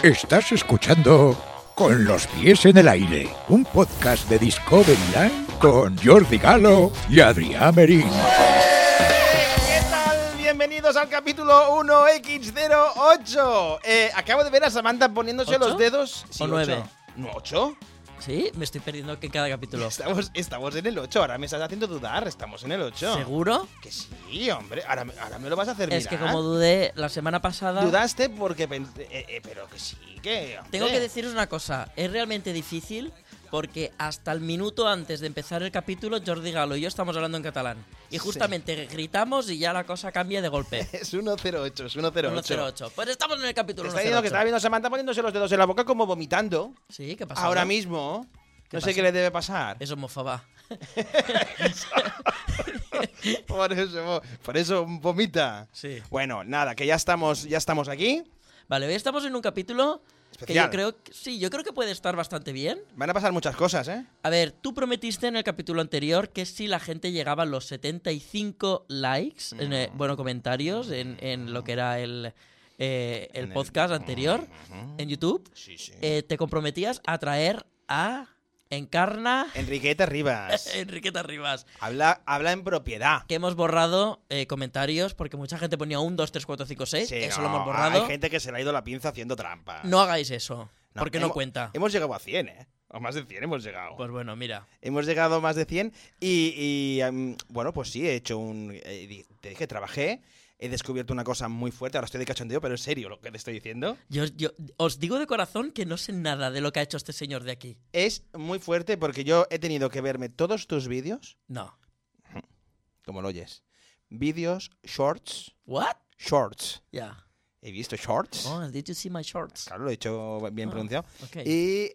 Estás escuchando Con los pies en el aire, un podcast de Discovery Line con Jordi Galo y Adrián Merín. ¿Qué tal? Bienvenidos al capítulo 1X08. Acabo de ver a Samantha poniéndose ¿Ocho? los dedos. Sí, ¿O 9? ¿No, 8? Sí, me estoy perdiendo que en cada capítulo. Estamos en el 8. Ahora me estás haciendo dudar. Estamos en el 8. ¿Seguro? Que sí, hombre. Ahora me lo vas a hacer Es mirar. que como dudé la semana pasada... Dudaste porque pensé... pero que sí, que... hombre. Tengo que deciros una cosa. Es realmente difícil porque hasta el minuto antes de empezar el capítulo Jordi Galo y yo estamos hablando en catalán. Y justamente gritamos y ya la cosa cambia de golpe. Es 108, es 108. 108. Pues estamos en el capítulo Está diciendo que 108. estaba viendo a Samantha poniéndose los dedos en la boca como vomitando. Sí, ¿qué pasa? Ahora mismo. ¿Qué No sé pasa? qué le debe pasar. Es homófoba. Por eso vomita. Sí. Bueno, nada, que ya estamos aquí. Vale, hoy estamos en un capítulo Especial. que yo creo que puede estar bastante bien. Van a pasar muchas cosas, ¿eh? A ver, tú prometiste en el capítulo anterior que si la gente llegaba a los 75 likes, comentarios en lo que era el podcast anterior en YouTube, Sí, sí. te comprometías a traer a Encarna Enriqueta Rivas. Enriqueta Rivas, habla en propiedad. que hemos borrado comentarios porque mucha gente ponía 1, 2, 3, 4, 5, 6. Sí, Eso no, lo hemos borrado. Hay gente que se le ha ido la pinza haciendo trampa. No hagáis eso, porque no hemos- cuenta. Hemos llegado a 100, ¿eh? O más de 100 hemos llegado. Pues bueno, mira. Hemos llegado a más de 100 bueno, pues sí, he hecho te dije, trabajé, he descubierto una cosa muy fuerte, ahora estoy de cachondeo, pero es serio lo que te estoy diciendo. Yo os digo de corazón que no sé nada de lo que ha hecho este señor de aquí. Es muy fuerte porque yo he tenido que verme todos tus vídeos, No. como lo oyes. Vídeos, shorts, ¿What? shorts. Ya. He visto shorts. Oh, did you see my shorts? Claro, lo he hecho bien Ah, pronunciado. ok. Y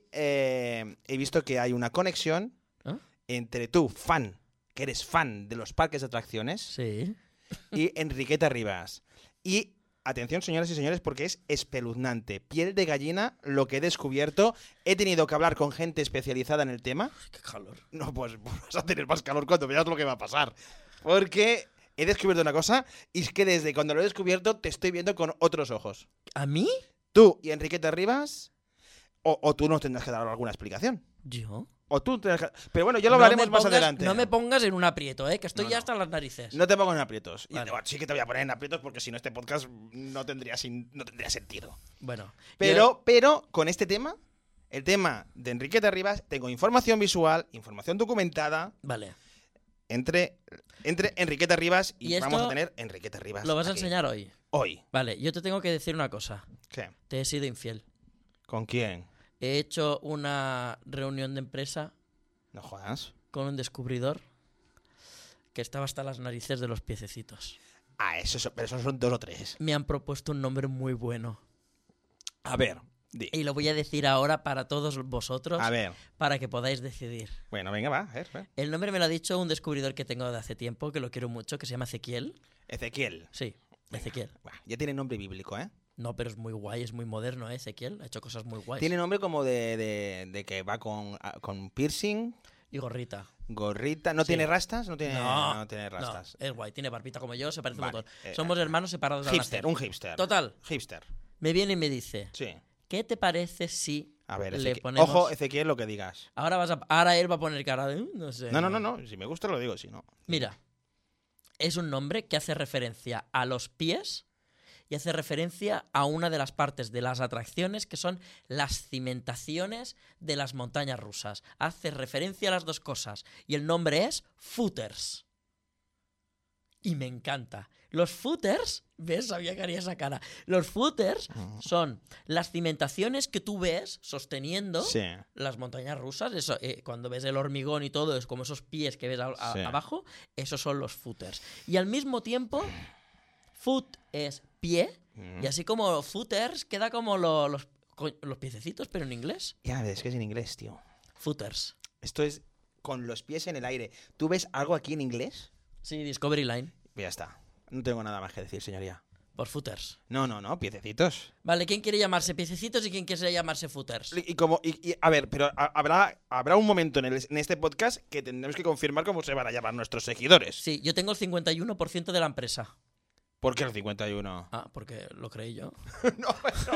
he visto que hay una conexión ¿Ah? entre tú, que eres fan de los parques de atracciones, Sí. y Enriqueta Rivas. Y atención, señoras y señores, porque es espeluznante. Piel de gallina lo que he descubierto. He tenido que hablar con gente especializada en el tema. Qué calor. No, pues vas a tener más calor cuando veas lo que va a pasar. Porque he descubierto una cosa y es que desde cuando lo he descubierto te estoy viendo con otros ojos. ¿A mí? Tú y Enriqueta Rivas, o tú nos tendrás que dar alguna explicación. ¿Yo? O tú tendrás que... Pero bueno, ya lo hablaremos me más pongas- adelante. No me pongas en un aprieto, que estoy No, ya no. hasta las narices. No te pongo en aprietos. Y, Vale. bueno, sí que te voy a poner en aprietos porque si no este podcast no tendría sentido. Bueno. Pero con este tema, el tema de Enriqueta Rivas, tengo información visual, información documentada Vale. entre Enriqueta Rivas y, ¿Y esto vamos a tener Enriqueta Rivas. Lo vas a aquí. enseñar hoy. Hoy. Vale, yo te tengo que decir una cosa. ¿Qué? Te he sido infiel. ¿Con quién? He hecho una reunión de empresa No jodas. con un descubridor que estaba hasta las narices de los piececitos. Ah, pero esos son 2 o 3. Me han propuesto un nombre muy bueno. A ver, di. Y lo voy a decir ahora para todos vosotros, A ver. para que podáis decidir. Bueno, venga, va. A ver. El nombre me lo ha dicho un descubridor que tengo de hace tiempo, que lo quiero mucho, que se llama Ezequiel. Ezequiel. Sí, Ezequiel. Buah, ya tiene nombre bíblico, ¿eh? No, pero es muy guay, es muy moderno, Ezequiel. Ha hecho cosas muy guays. Tiene nombre como de que va con piercing, Y gorrita. gorrita. ¿No Sí. tiene rastas? No tiene No, rastas. No, es guay. Tiene barbita como yo, se parece Vale, un montón. Somos hermanos separados al Hipster, nacer. un hipster. Total, Hipster. me viene y me dice, Sí. ¿qué te parece si A ver, le Ezequiel. ponemos... Ojo, Ezequiel, lo que digas. Ahora él va a poner cara de... no sé. No. Si me gusta lo digo, si no. Mira, es un nombre que hace referencia a los pies y hace referencia a una de las partes de las atracciones que son las cimentaciones de las montañas rusas. Hace referencia a las dos cosas y el nombre es Footers. Y me encanta. Los footers, ¿ves? Sabía que haría esa cara. Los footers son las cimentaciones que tú ves sosteniendo Sí. las montañas rusas. Eso, cuando ves el hormigón y todo, es como esos pies que ves Sí. abajo. Esos son los footers. Y al mismo tiempo, foot es pie. Y así como footers queda como los piececitos, pero en inglés. Ya ves que es en inglés, tío. Footers. Esto es con los pies en el aire. ¿Tú ves algo aquí en inglés? Sí, Discovery Line. Pues ya está. No tengo nada más que decir, señoría. Por footers. No, piececitos. Vale, ¿quién quiere llamarse piececitos y quién quiere llamarse footers? A ver, pero habrá un momento en este podcast que tendremos que confirmar cómo se van a llamar nuestros seguidores. Sí, yo tengo el 51% de la empresa. ¿Por qué el 51? Ah, porque lo creí yo. No,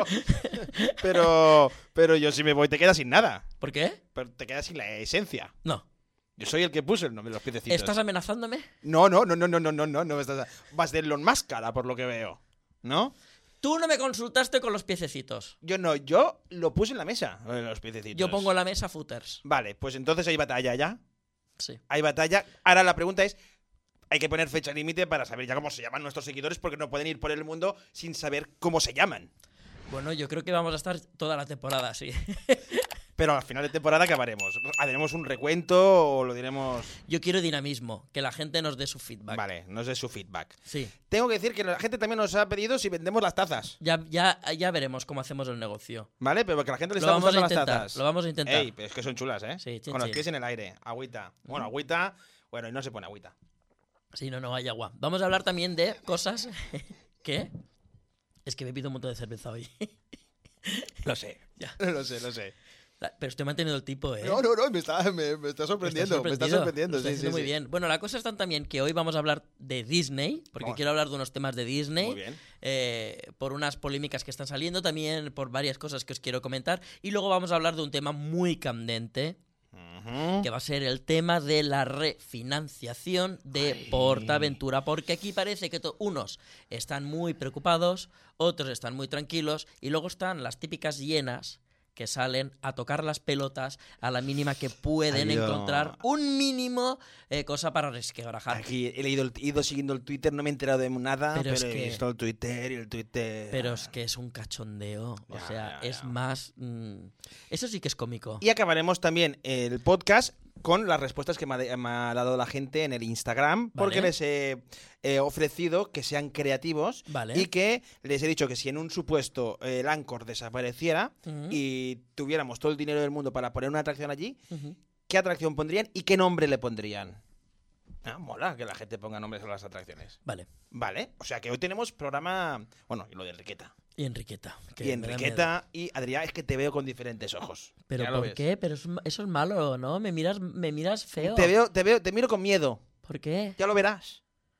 pero yo si me voy te quedas sin nada. ¿Por qué? Pero te quedas sin la esencia. No. Yo soy el que puso el nombre de los piececitos. ¿Estás amenazándome? No me estás... Vas de Elon Musk cara, por lo que veo. ¿No? Tú no me consultaste con los piececitos. Yo no, yo lo puse en la mesa, los piececitos. Yo pongo en la mesa footers. Vale, pues entonces hay batalla ya. Sí. Hay batalla. Ahora la pregunta es, hay que poner fecha límite para saber ya cómo se llaman nuestros seguidores porque no pueden ir por el mundo sin saber cómo se llaman. Bueno, yo creo que vamos a estar toda la temporada así. Pero al final de temporada, ¿qué haremos? ¿Haremos un recuento o lo diremos...? Yo quiero dinamismo, que la gente nos dé su feedback. Vale, nos dé su feedback. Sí. Tengo que decir que la gente también nos ha pedido si vendemos las tazas. Ya veremos cómo hacemos el negocio. ¿Vale? Pero que a la gente le Lo está vamos a gustando las intentar, tazas. lo vamos a intentar. Ey, pero es que son chulas, ¿eh? Sí, chin, con los chin. pies en el aire. Agüita. Bueno, agüita... Bueno, y no se pone agüita. Sí, no hay agua. Vamos a hablar también de cosas... ¿Qué? Es que he bebido un montón de cerveza hoy. Lo sé. Ya. Lo sé. Pero estoy manteniendo el tipo, ¿eh? No, me está sorprendiendo. Me está sorprendiendo, Lo está sí, haciendo muy sí. bien. Bueno, la cosa está también que hoy vamos a hablar de Disney, porque Vamos. quiero hablar de unos temas de Disney. Muy bien. Por unas polémicas que están saliendo, también por varias cosas que os quiero comentar. Y luego vamos a hablar de un tema muy candente, que va a ser el tema de la refinanciación de PortAventura, porque aquí parece que unos están muy preocupados, otros están muy tranquilos, y luego están las típicas hienas que salen a tocar las pelotas a la mínima que pueden Ay, encontrar un mínimo cosa para resquebrajar. Aquí he ido siguiendo el Twitter, no me he enterado de nada, Pero pero, es he que- visto el Twitter y el Twitter... Pero es que es un cachondeo, o Ya, sea, ya, es ya. más... eso sí que es cómico. Y acabaremos también el podcast con las respuestas que me ha dado la gente en el Instagram, porque Vale. les he ofrecido que sean creativos Vale. y que les he dicho que si en un supuesto el Anchor desapareciera Ujú. y tuviéramos todo el dinero del mundo para poner una atracción allí, Ujú. ¿qué atracción pondrían y qué nombre le pondrían? Ah, mola que la gente ponga nombres a las atracciones. Vale. Vale, o sea que hoy tenemos programa... Bueno, y lo de Enriqueta. Y Enriqueta. que Y me da Enriqueta y Adrián, es que te veo con diferentes ojos. miedo. ¿Pero Ya lo por ves. qué? Pero eso es malo, ¿no? Me miras feo. Te miro con miedo. ¿Por qué? Ya lo verás.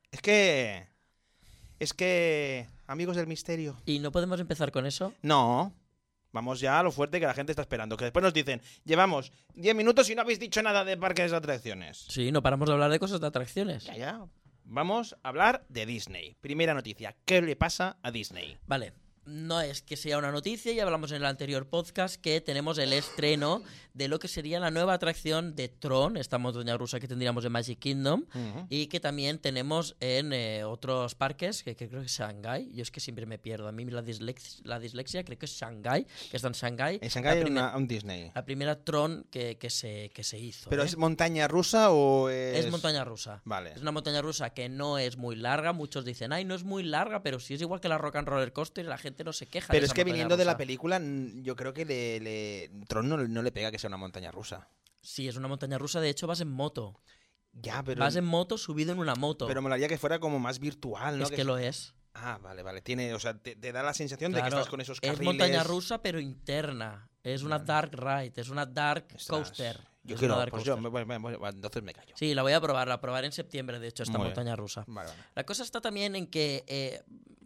Es que... Amigos del misterio. ¿Y no podemos empezar con eso? No. Vamos ya a lo fuerte que la gente está esperando. Que después nos dicen, llevamos 10 minutos y no habéis dicho nada de parques de atracciones. Sí, no paramos de hablar de cosas de atracciones. Ya. Vamos a hablar de Disney. Primera noticia. ¿Qué le pasa a Disney? Vale. No es que sea una noticia, ya hablamos en el anterior podcast que tenemos el estreno de lo que sería la nueva atracción de Tron, esta montaña rusa que tendríamos en Magic Kingdom, y que también tenemos en otros parques, que creo que es Shanghai. Yo es que siempre me pierdo. A mí la dislexia creo que es Shanghai, que está en Shanghai. En Shanghái La hay primer- un Disney. La primera Tron que se hizo. ¿Pero ¿eh? es montaña rusa o es...? Es montaña rusa. Vale. Es una montaña rusa que no es muy larga. Muchos dicen, ay, no es muy larga, pero sí es igual que la Rock and Roller Coaster y la gente no se queja. Pero de es esa que montaña viniendo de la rusa. película, yo creo que Tron no le pega que sea una montaña rusa. Sí, es una montaña rusa. De hecho, vas en moto. Ya, pero... Vas en moto subido en una moto. Pero molaría que fuera como más virtual, ¿no? es que lo es. Ah, vale. Tiene, o sea, te da la sensación de que Claro, estás con esos es carriles... montaña rusa, pero interna. Es una Vale. dark ride, es una dark Estás- coaster. Yo Es quiero, una dark pues yo, coaster. entonces me callo. Sí, la voy a probar. La probaré en septiembre, de hecho, esta Muy bien. montaña rusa. Vale. La cosa está también en que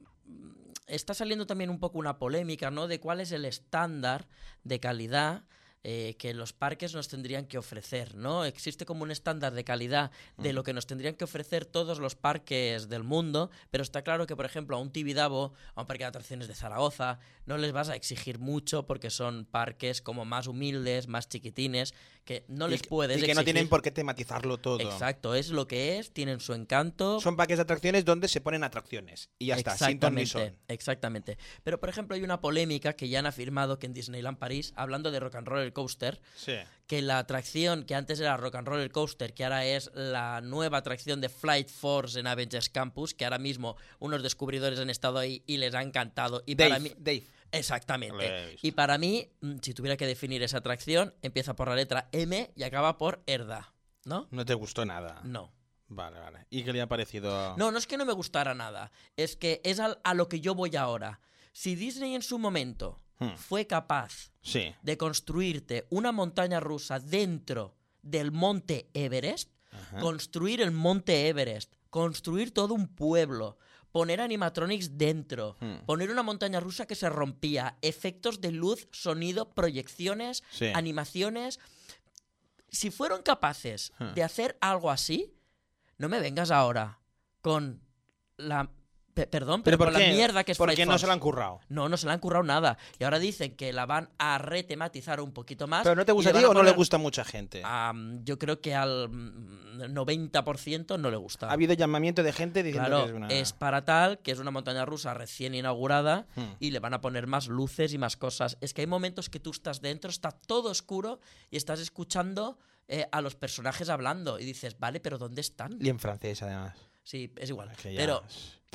está saliendo también un poco una polémica, ¿no? De cuál es el estándar de calidad que los parques nos tendrían que ofrecer, ¿no? Existe como un estándar de calidad de lo que nos tendrían que ofrecer todos los parques del mundo, pero está claro que, por ejemplo, a un Tibidabo, a un parque de atracciones de Zaragoza, no les vas a exigir mucho porque son parques como más humildes, más chiquitines, que no les puedes Y que exigir. no tienen por qué tematizarlo todo. Exacto, es lo que es, tienen su encanto. Son parques de atracciones donde se ponen atracciones. Y ya está, sin ton ni son. Exactamente. Pero, por ejemplo, hay una polémica que ya han afirmado que en Disneyland París, hablando de Rock and Roller Coaster, Sí. que la atracción que antes era Rock and Roller Coaster, que ahora es la nueva atracción de Flight Force en Avengers Campus, que ahora mismo unos descubridores han estado ahí y les ha encantado. Y para mí, Dave. Lo he exactamente. visto. Y para mí, si tuviera que definir esa atracción, empieza por la letra M y acaba por Erda, ¿no? No te gustó nada. No. Vale. ¿Y qué le ha parecido? No, no es que no me gustara nada. Es que es a lo que yo voy ahora. Si Disney en su momento fue capaz Sí. de construirte una montaña rusa dentro del monte Everest, Ajá. construir el monte Everest, construir todo un pueblo, poner animatronics dentro, poner una montaña rusa que se rompía, efectos de luz, sonido, proyecciones, animaciones. Si fueron capaces de hacer algo así, no me vengas ahora con la... Perdón, pero con la mierda que es Flight Porque no Fox. se la han currado. No se la han currado nada. Y ahora dicen que la van a retematizar un poquito más. ¿Pero no te gusta a ti o no le gusta a mucha gente? Yo creo que al 90% no le gusta. Ha habido llamamiento de gente diciendo Claro, que es una... es para tal, que es una montaña rusa recién inaugurada y le van a poner más luces y más cosas. Es que hay momentos que tú estás dentro, está todo oscuro y estás escuchando a los personajes hablando y dices, vale, pero ¿dónde están? Y en francés, además. Sí, es igual. Que ya Pero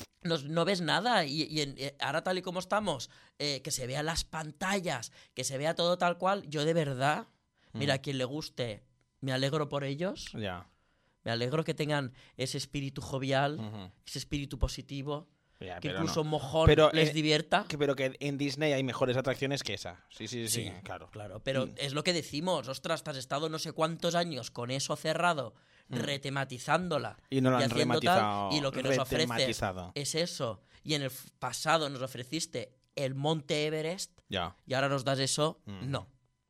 no ves nada y ahora tal y como estamos, que se vean las pantallas, que se vea todo tal cual, yo de verdad, mira, a quien le guste, me alegro por ellos, Ya. me alegro que tengan ese espíritu jovial, ese espíritu positivo, Ya, que pero incluso no. mojón Pero, les divierta. Pero que en Disney hay mejores atracciones que esa. Sí, claro. Claro, pero es lo que decimos, ostras, te has estado no sé cuántos años con eso cerrado, retematizándola Y no lo han haciendo rematizado. tal, y lo que nos ofreces retematizado. es eso. Y en el pasado nos ofreciste el Monte Everest Ya. y ahora nos das eso, no.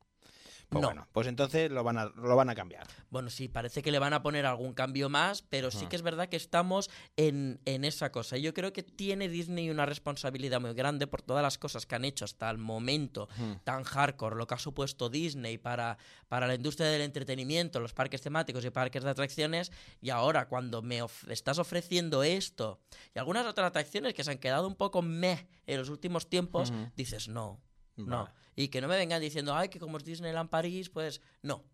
Pues No. bueno, pues entonces lo van a cambiar. Bueno, sí, parece que le van a poner algún cambio más, pero sí que es verdad que estamos en esa cosa. Yo creo que tiene Disney una responsabilidad muy grande por todas las cosas que han hecho hasta el momento, tan hardcore, lo que ha supuesto Disney para la industria del entretenimiento, los parques temáticos y parques de atracciones, y ahora cuando me estás ofreciendo esto y algunas otras atracciones que se han quedado un poco meh en los últimos tiempos, dices no. No, Vale. y que no me vengan diciendo, ay, que como es Disneyland París, pues no.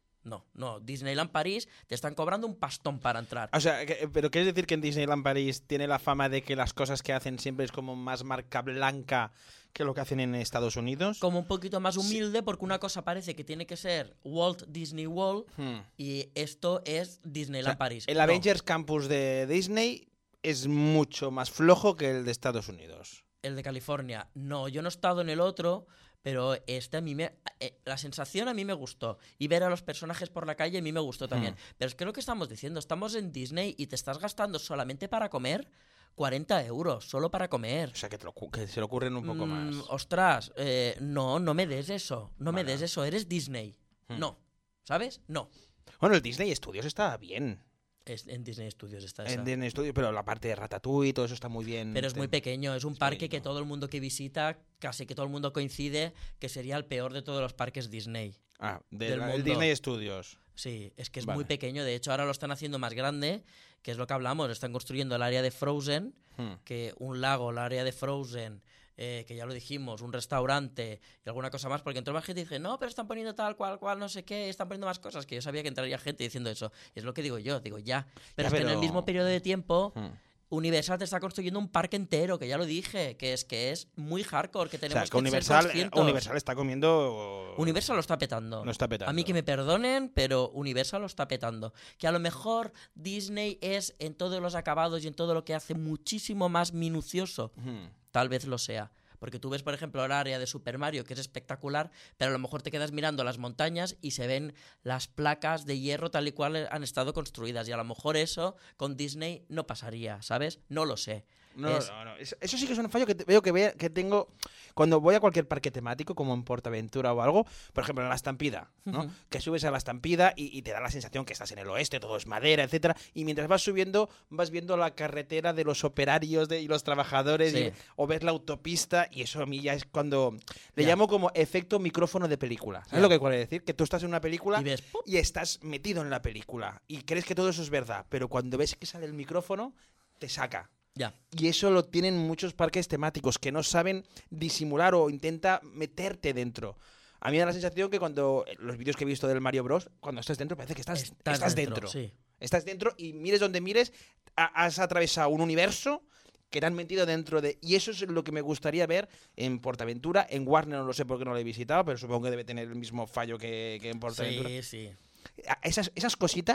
Disneyland París te están cobrando un pastón para entrar. O sea, pero ¿quieres decir que en Disneyland París tiene la fama de que las cosas que hacen siempre es como más marca blanca que lo que hacen en Estados Unidos? Como un poquito más humilde, porque una cosa parece que tiene que ser Walt Disney World y esto es Disneyland París. El No. Avengers Campus de Disney es mucho más flojo que el de Estados Unidos. El de California. No, yo no he estado en el otro, pero este a mí la sensación a mí me gustó. Y ver a los personajes por la calle a mí me gustó también. Pero es que lo que estamos diciendo, estamos en Disney y te estás gastando solamente para comer 40 euros, solo para comer. O sea, que se le ocurren un poco más. Ostras, no me des eso. No me Vale. des eso, eres Disney. No, ¿sabes? No. Bueno, el Disney Studios está bien. En Disney Studios está esa. En Disney Studios, pero la parte de Ratatouille y todo eso está muy bien. Pero es muy pequeño, es un Es parque pequeño. que todo el mundo que visita, casi que todo el mundo coincide que sería el peor de todos los parques Disney. Del del el mundo. Disney Studios. Sí, es que es Vale. muy pequeño. De hecho, ahora lo están haciendo más grande, que es lo que hablamos. Están construyendo el área de Frozen, que un lago, el área de Frozen, que ya lo dijimos, un restaurante y alguna cosa más, porque entró más gente y dice, no, pero están poniendo tal, cual, no sé qué, están poniendo más cosas, que yo sabía que entraría gente diciendo eso. Y es lo que digo yo, digo ya. Pero Ya, es que en el pero- mismo periodo de tiempo... Universal te está construyendo un parque entero, que ya lo dije, que es muy hardcore, que O tenemos sea, que que ser conscientes. Universal está comiendo... Universal lo está petando. Lo está petando. A mí que me perdonen, pero Universal lo está petando. Que a lo mejor Disney es en todos los acabados y en todo lo que hace muchísimo más minucioso. Tal vez lo sea. Porque tú ves, por ejemplo, el área de Super Mario, que es espectacular, pero a lo mejor te quedas mirando las montañas y se ven las placas de hierro tal y cual han estado construidas. Y a lo mejor eso con Disney no pasaría, ¿sabes? No lo sé. No. Eso sí que es un fallo que que tengo cuando voy a cualquier parque temático, como en PortAventura o algo. Por ejemplo, en la Estampida, ¿no? Que subes a la Estampida y te da la sensación que estás en el oeste, todo es madera, etcétera. Y mientras vas subiendo, vas viendo la carretera de los operarios y los trabajadores, Sí. o ves la autopista, y eso a mí ya es cuando... Le Ya. llamo como efecto micrófono de película. ¿Sabes Ya. lo que quiere decir? Que tú estás en una película Y ves, ¡pum! y estás metido en la película. Y crees que todo eso es verdad. Pero cuando ves que sale el micrófono, te saca. Ya. Y eso lo tienen muchos parques temáticos que no saben disimular o intenta meterte dentro. A mí me da la sensación que cuando los vídeos que he visto del Mario Bros, cuando estás dentro parece que estás dentro. Sí. Estás dentro y mires donde mires, has atravesado un universo que te han metido dentro de... Y eso es lo que me gustaría ver en PortAventura. En Warner no lo sé por qué no lo he visitado, pero supongo que debe tener el mismo fallo que en PortAventura. Sí, sí. Esas cositas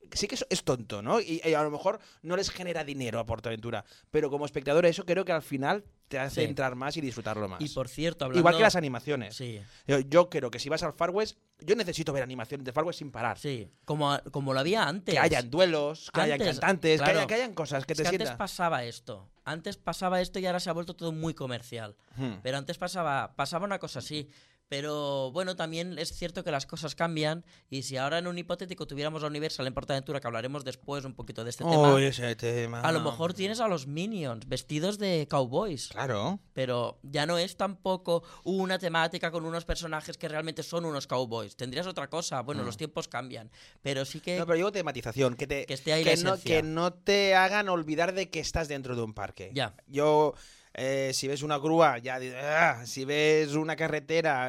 Sí que es tonto, ¿no? Y a lo mejor no les genera dinero a PortAventura, pero como espectador eso creo que al final te hace Sí. entrar más y disfrutarlo más. Y por cierto, hablando... Igual que las animaciones. Sí, Yo creo que si vas al Far West, yo necesito ver animaciones de Far West sin parar. sí. Como lo había antes. Que hayan duelos, que hayan Antes, cantantes, claro. que hayan cosas que Es te que antes sientan. pasaba esto. Antes pasaba esto y ahora se ha vuelto todo muy comercial. Pero antes pasaba una cosa así. Pero bueno, también es cierto que las cosas cambian. Y si ahora en un hipotético tuviéramos la Universal en PortAventura, que hablaremos después un poquito de este tema, Ese tema. a lo mejor tienes a los Minions vestidos de cowboys. Claro. Pero ya no es tampoco una temática con unos personajes que realmente son unos cowboys. Tendrías otra cosa. Bueno, los tiempos cambian. Pero sí que... No, pero digo tematización, que esté ahí la esencia. que no te hagan olvidar de que estás dentro de un parque. Ya. Yo, si ves una grúa, ya si ves una carretera,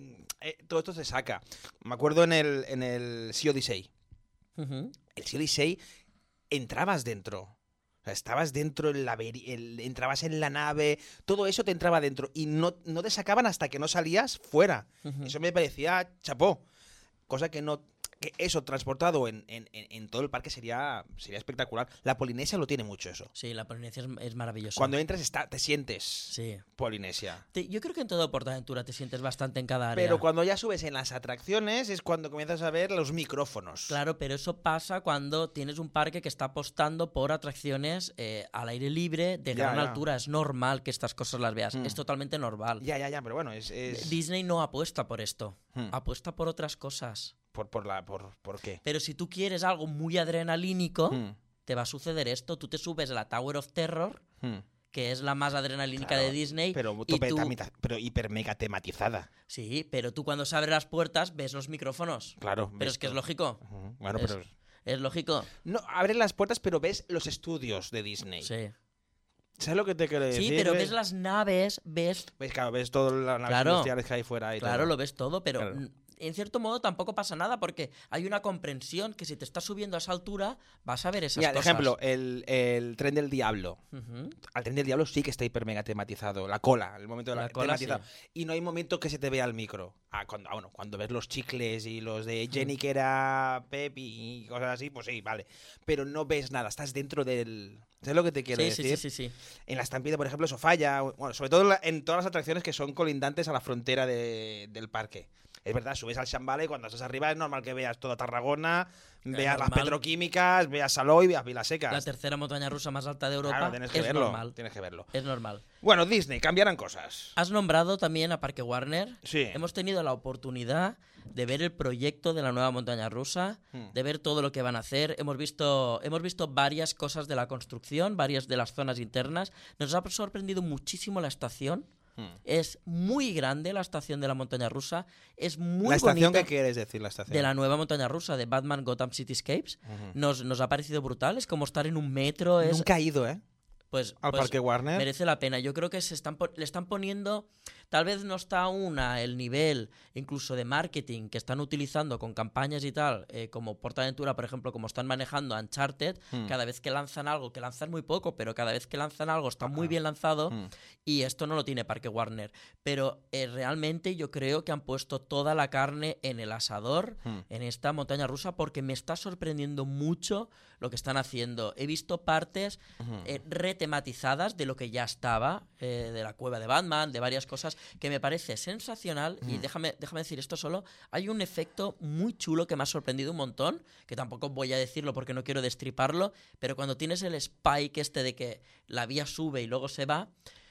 todo esto se saca. Me acuerdo en el Sea Odyssey. Ujú. El Sea Odyssey entrabas dentro. O sea, estabas dentro, entrabas en la nave, todo eso te entraba dentro y no te sacaban hasta que no salías fuera. Ujú. Eso me parecía chapó. Cosa que eso transportado en todo el parque sería espectacular. La Polinesia lo tiene mucho eso. Sí, la Polinesia es maravillosa. Cuando entras te sientes Sí. Polinesia. Yo creo que en todo PortAventura te sientes bastante en cada área. Pero cuando ya subes en las atracciones es cuando comienzas a ver los micrófonos. Claro, pero eso pasa cuando tienes un parque que está apostando por atracciones al aire libre de Ya, gran ya. altura. Es normal que estas cosas las veas. Mm. Es totalmente normal. Ya, pero bueno, es Disney no apuesta por esto. Hmm. Apuesta por otras cosas. ¿Por qué? Pero si tú quieres algo muy adrenalínico, Hmm, te va a suceder esto. Tú te subes a la Tower of Terror, hmm. que es la más adrenalínica Claro, de Disney. Pero, y tú- pero hiper mega tematizada. Sí, pero tú cuando se abren las puertas ves los micrófonos. Claro. Pero ves es que es todo. lógico. Ujú. Bueno, Es- pero... Es lógico. No, abres las puertas, pero ves los estudios de Disney. Sí. ¿Sabes lo que te quiero decir? Sí, pero ves las naves, ves... Ves todas las naves Claro. industriales que hay fuera y Claro, todo. lo ves todo, pero Claro. en cierto modo tampoco pasa nada porque hay una comprensión que si te estás subiendo a esa altura vas a ver esas Mira, de cosas. ejemplo, el tren del diablo. Ujú. Al tren del diablo sí que está hiper mega tematizado. La cola, el momento de La la cola, tematizado. Y no hay momento que se te vea el micro. Cuando ves los chicles y los de Jenny que era Pep y cosas así, pues sí, vale. Pero no ves nada, estás dentro del... ¿Sabes lo que te quiero Sí, decir? sí. En la estampida, por ejemplo, eso falla. Bueno, sobre todo en todas las atracciones que son colindantes a la frontera del parque. Es verdad, subes al Shambhala y cuando estás arriba es normal que veas toda Tarragona, veas las normal. petroquímicas, veas Salou y veas Vilasecas. La tercera montaña rusa más alta de Europa. Claro, tienes que es verlo. normal. Tienes que verlo. Es normal. Bueno, Disney, cambiarán cosas. Has nombrado también a Parque Warner. Sí. Hemos tenido la oportunidad de ver el proyecto de la nueva montaña rusa, de ver todo lo que van a hacer. Hemos visto varias cosas de la construcción, varias de las zonas internas. Nos ha sorprendido muchísimo la estación. Es muy grande la estación de la montaña rusa. Es muy ¿La estación bonita. qué quieres decir, la estación? De la nueva montaña rusa de Batman Gotham Cityscapes. Nos ha parecido brutal. Es como estar en un metro. Es, Nunca he ido, ¿eh? pues, Al pues, Parque Warner. merece la pena. Yo creo que le están poniendo... Tal vez no está aún a el nivel incluso de marketing que están utilizando con campañas y tal, como PortAventura, por ejemplo, como están manejando Uncharted. Cada vez que lanzan algo, que lanzan muy poco, pero cada vez que lanzan algo está muy bien lanzado. Y esto no lo tiene Parque Warner. Pero realmente yo creo que han puesto toda la carne en el asador en esta montaña rusa porque me está sorprendiendo mucho lo que están haciendo. He visto partes retematizadas de lo que ya estaba, de la cueva de Batman, de varias cosas, que me parece sensacional. Y déjame decir esto solo. Hay un efecto muy chulo que me ha sorprendido un montón, que tampoco voy a decirlo porque no quiero destriparlo, pero cuando tienes el spike este de que la vía sube y luego se va,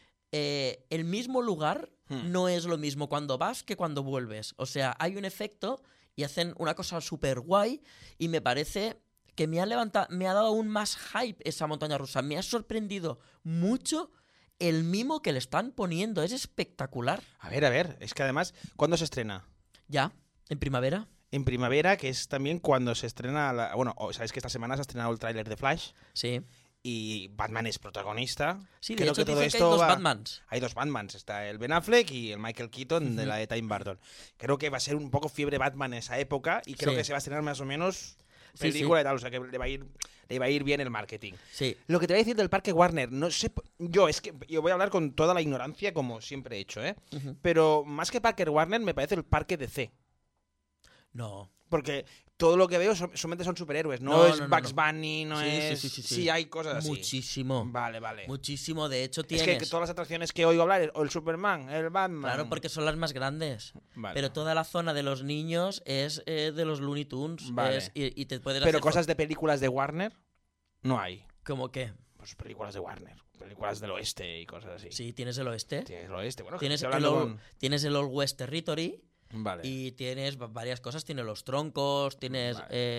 el mismo lugar no es lo mismo cuando vas que cuando vuelves. O sea, hay un efecto y hacen una cosa súper guay y me parece que me ha dado aún más hype esa montaña rusa. Me ha sorprendido mucho el mimo que le están poniendo. Es espectacular. A ver, es que además, ¿cuándo se estrena? Ya, en primavera. En primavera, que es también cuando se estrena... Bueno, sabéis que esta semana se ha estrenado el tráiler de Flash Sí. y Batman es protagonista. Sí, de Creo hecho que todo dicen que hay esto dos va- Batmans. Hay dos Batmans, está el Ben Affleck y el Michael Keaton de la de Tim Burton. Creo que va a ser un poco fiebre Batman en esa época y creo Sí. que se va a estrenar más o menos Sí, película y tal, o sea que le va a ir bien el marketing. Sí. Lo que te voy a decir del Parque Warner, no sé, yo voy a hablar con toda la ignorancia como siempre he hecho, ¿eh? Pero más que Parque Warner me parece el Parque DC. No. Porque todo lo que veo solamente son superhéroes. No, No, es no, Bugs no. Bunny, no Sí, es... sí. Sí hay cosas así. Muchísimo. Vale, vale. Muchísimo. De hecho, Es tienes... que todas las atracciones que oigo hablar es o el Superman, el Batman... Claro, porque son las más grandes. Vale. Pero toda la zona de los niños es de los Looney Tunes. Vale. Y te puedes Pero hacer cosas de películas de Warner no hay. ¿Cómo qué? Pues películas de Warner. Películas del oeste y cosas así. Sí, tienes el oeste. Tienes el oeste. Bueno, Tienes estoy el, hablando old, tienes el Old West Territory. Vale. Y tienes varias cosas. Tienes los troncos, tienes...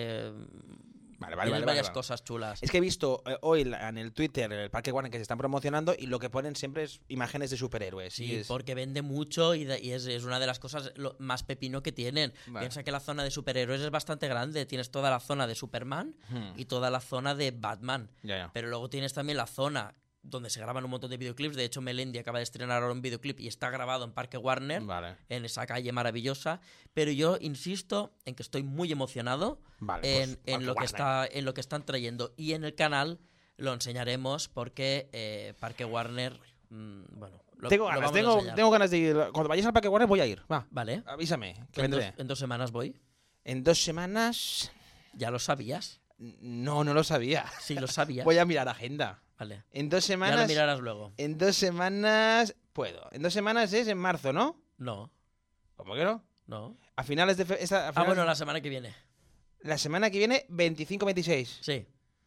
Vale, tienes varias cosas chulas. Es que he visto hoy en el Twitter, en el Parque Warner, que se están promocionando y lo que ponen siempre es imágenes de superhéroes. Sí, y es... porque vende mucho y es una de las cosas más pepino que tienen. Vale. Piensa que la zona de superhéroes es bastante grande. Tienes toda la zona de Superman y toda la zona de Batman. Ya. Pero luego tienes también la zona donde se graban un montón de videoclips. De hecho, Melendi acaba de estrenar ahora un videoclip y está grabado en Parque Warner, Vale. en esa calle maravillosa. Pero yo insisto en que estoy muy emocionado Vale, en pues, lo que Warner. en lo que están trayendo. Y en el canal lo enseñaremos porque Parque Warner... bueno, Tengo lo ganas, vamos a tengo, enseñar. tengo ganas de ir. Cuando vayáis al Parque Warner voy a ir. Va, Vale. avísame, que En vendré. en 2 semanas voy. En 2 semanas... ¿Ya lo sabías? No lo sabía. Sí, lo sabías. Voy a mirar agenda. Vale. En 2 Ya lo semanas... mirarás luego. En 2 semanas... Puedo. En 2 semanas es en marzo, ¿no? No, ¿Cómo que no? no. A finales de... Bueno, la semana que viene. La semana que viene, 25-26. Sí.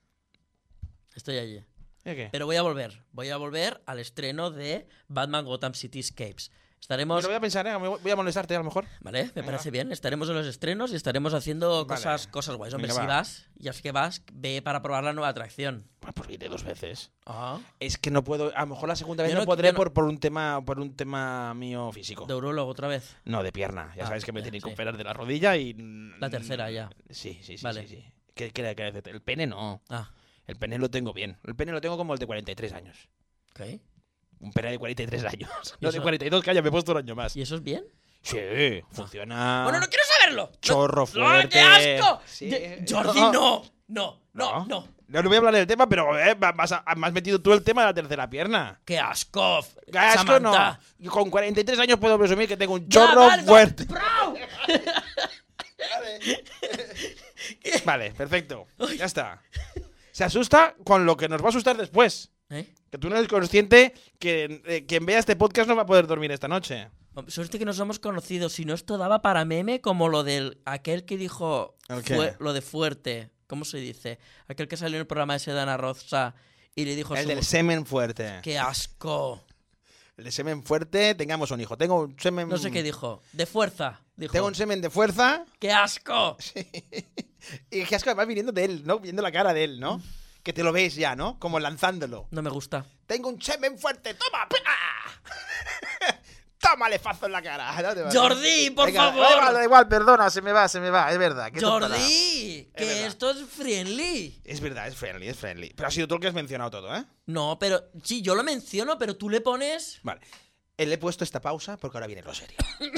Estoy allí. ¿Y qué? Pero voy a volver al estreno de Batman Gotham Cityscapes. Me Estaremos... lo voy a pensar, ¿eh? Voy a molestarte a lo mejor. Vale, me Venga. parece bien. Estaremos en los estrenos y estaremos haciendo Vale. cosas guays. Hombre, Venga, si va. vas, ya es que vas, ve para probar la nueva atracción. Pues iré 2 veces. Ah, Es que no puedo... A lo mejor la segunda vez Yo no no- podré yo no- por un tema mío físico. de urologo otra vez. No, de pierna. Ya Ah, sabes que me ya, tienen que sí. operar de la rodilla y... La tercera ya. Sí. Vale. Sí. El pene no. Ah, El pene lo tengo bien. El pene lo tengo como el de 43 años. ok. Un pene de 43 años. ¿Y No de eso? 42, que haya me he puesto un año más. ¿Y eso es bien? Sí, funciona. Bueno, no quiero saberlo. Chorro ¡No, fuerte. qué asco! Sí. Jordi, no. No. No voy a hablar del tema, pero me has metido tú el tema de la tercera pierna. ¡Qué asco! ¡Qué asco no! Samantha. Y con 43 años puedo presumir que tengo un Ya, chorro vale, fuerte. ¡Bravo! Vale, perfecto. Ya está. Se asusta con lo que nos va a asustar después. ¿Eh? Que tú no eres consciente que quien vea este podcast no va a poder dormir esta noche. Suerte que nos hemos conocido. Si no, esto daba para meme como lo del aquel que dijo ¿El qué? lo de fuerte. ¿Cómo se dice? Aquel que salió en el programa ese de Ana Rosa y le dijo a El su del semen fuerte. ¡Qué asco! El de semen fuerte, tengamos un hijo. Tengo un semen... No sé qué dijo. De fuerza, dijo. Tengo un semen de fuerza. ¡Qué asco! Y que asco además viniendo de él, ¿no? Viendo la cara de él, ¿no? Que te lo ves ya, ¿no? Como lanzándolo. No me gusta. Tengo un semen fuerte, toma. Toma lefazo en la cara. ¿No te vale? ¡Jordi, por Venga, favor! Da igual, perdona, se me va, es verdad. qué tontada. ¡Jordi! Que verdad. esto es friendly. Es verdad, es friendly. Pero ha sido tú el que has mencionado todo, ¿eh? No, pero... Sí, yo lo menciono, pero tú le pones... Vale. Le he puesto esta pausa porque ahora viene lo serio.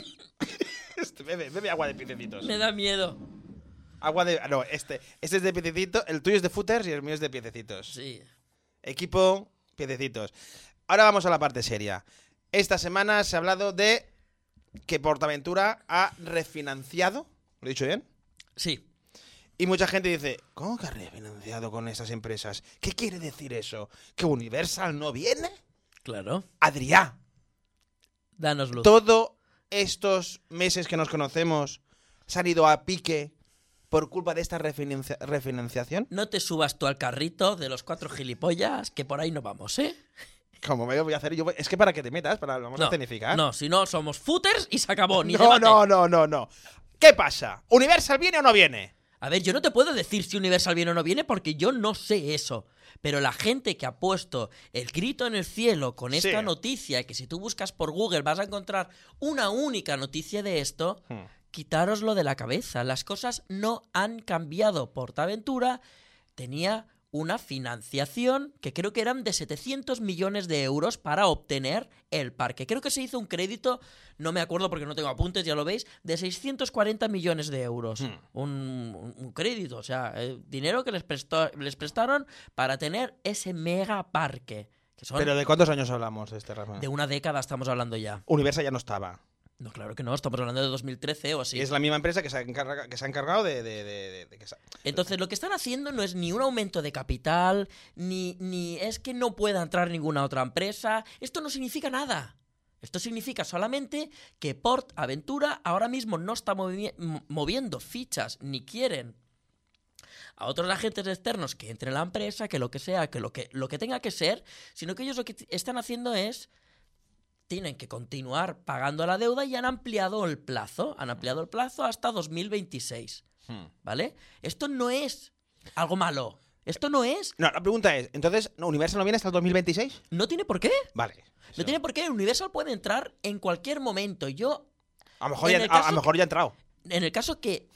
Bebe agua de piececitos. Me da miedo. Agua de... No, este es de piececitos, el tuyo es de footers y el mío es de piececitos. Sí. Equipo, piececitos. Ahora vamos a la parte seria. Esta semana se ha hablado de que PortAventura ha refinanciado. ¿Lo he dicho bien? Sí. Y mucha gente dice, ¿cómo que ha refinanciado con esas empresas? ¿Qué quiere decir eso? ¿Que Universal no viene? Claro. Adrián, Danos luz. todos estos meses que nos conocemos se han ido a pique por culpa de esta refinanciación. No te subas tú al carrito de los 4 gilipollas, que por ahí no vamos, ¿eh? Como me voy a hacer yo, es que para que te metas, vamos a escenificar. No, si no, somos footers y se acabó. Ni no, debate. no. ¿Qué pasa? ¿Universal viene o no viene? A ver, yo no te puedo decir si Universal viene o no viene porque yo no sé eso. Pero la gente que ha puesto el grito en el cielo con esta Sí. noticia, que si tú buscas por Google vas a encontrar una única noticia de esto, quitároslo de la cabeza. Las cosas no han cambiado. PortAventura tenía una financiación que creo que eran de 700 millones de euros para obtener el parque. Creo que se hizo un crédito, no me acuerdo porque no tengo apuntes, ya lo veis, de 640 millones de euros. Un crédito, o sea, dinero que les prestaron para tener ese mega parque. Que son ¿Pero de cuántos años hablamos de este Rafa? de una década estamos hablando ya. Universal ya no estaba. No, claro que no, estamos hablando de 2013 o así. Y es la misma empresa que se ha encargado de que Entonces, lo que están haciendo no es ni un aumento de capital, ni es que no pueda entrar ninguna otra empresa. Esto no significa nada. Esto significa solamente que PortAventura ahora mismo no está moviendo fichas, ni quieren a otros agentes externos que entren en la empresa, que lo que sea, que lo que tenga que ser, sino que ellos lo que están haciendo es... tienen que continuar pagando la deuda y han ampliado el plazo. Han ampliado el plazo hasta 2026. ¿Vale? Esto no es algo malo. Esto no es... No, la pregunta es, entonces, ¿Universal no viene hasta el 2026? No tiene por qué. Vale. No tiene por qué. Universal puede entrar en cualquier momento. Yo... A lo mejor ya ha entrado. En el caso que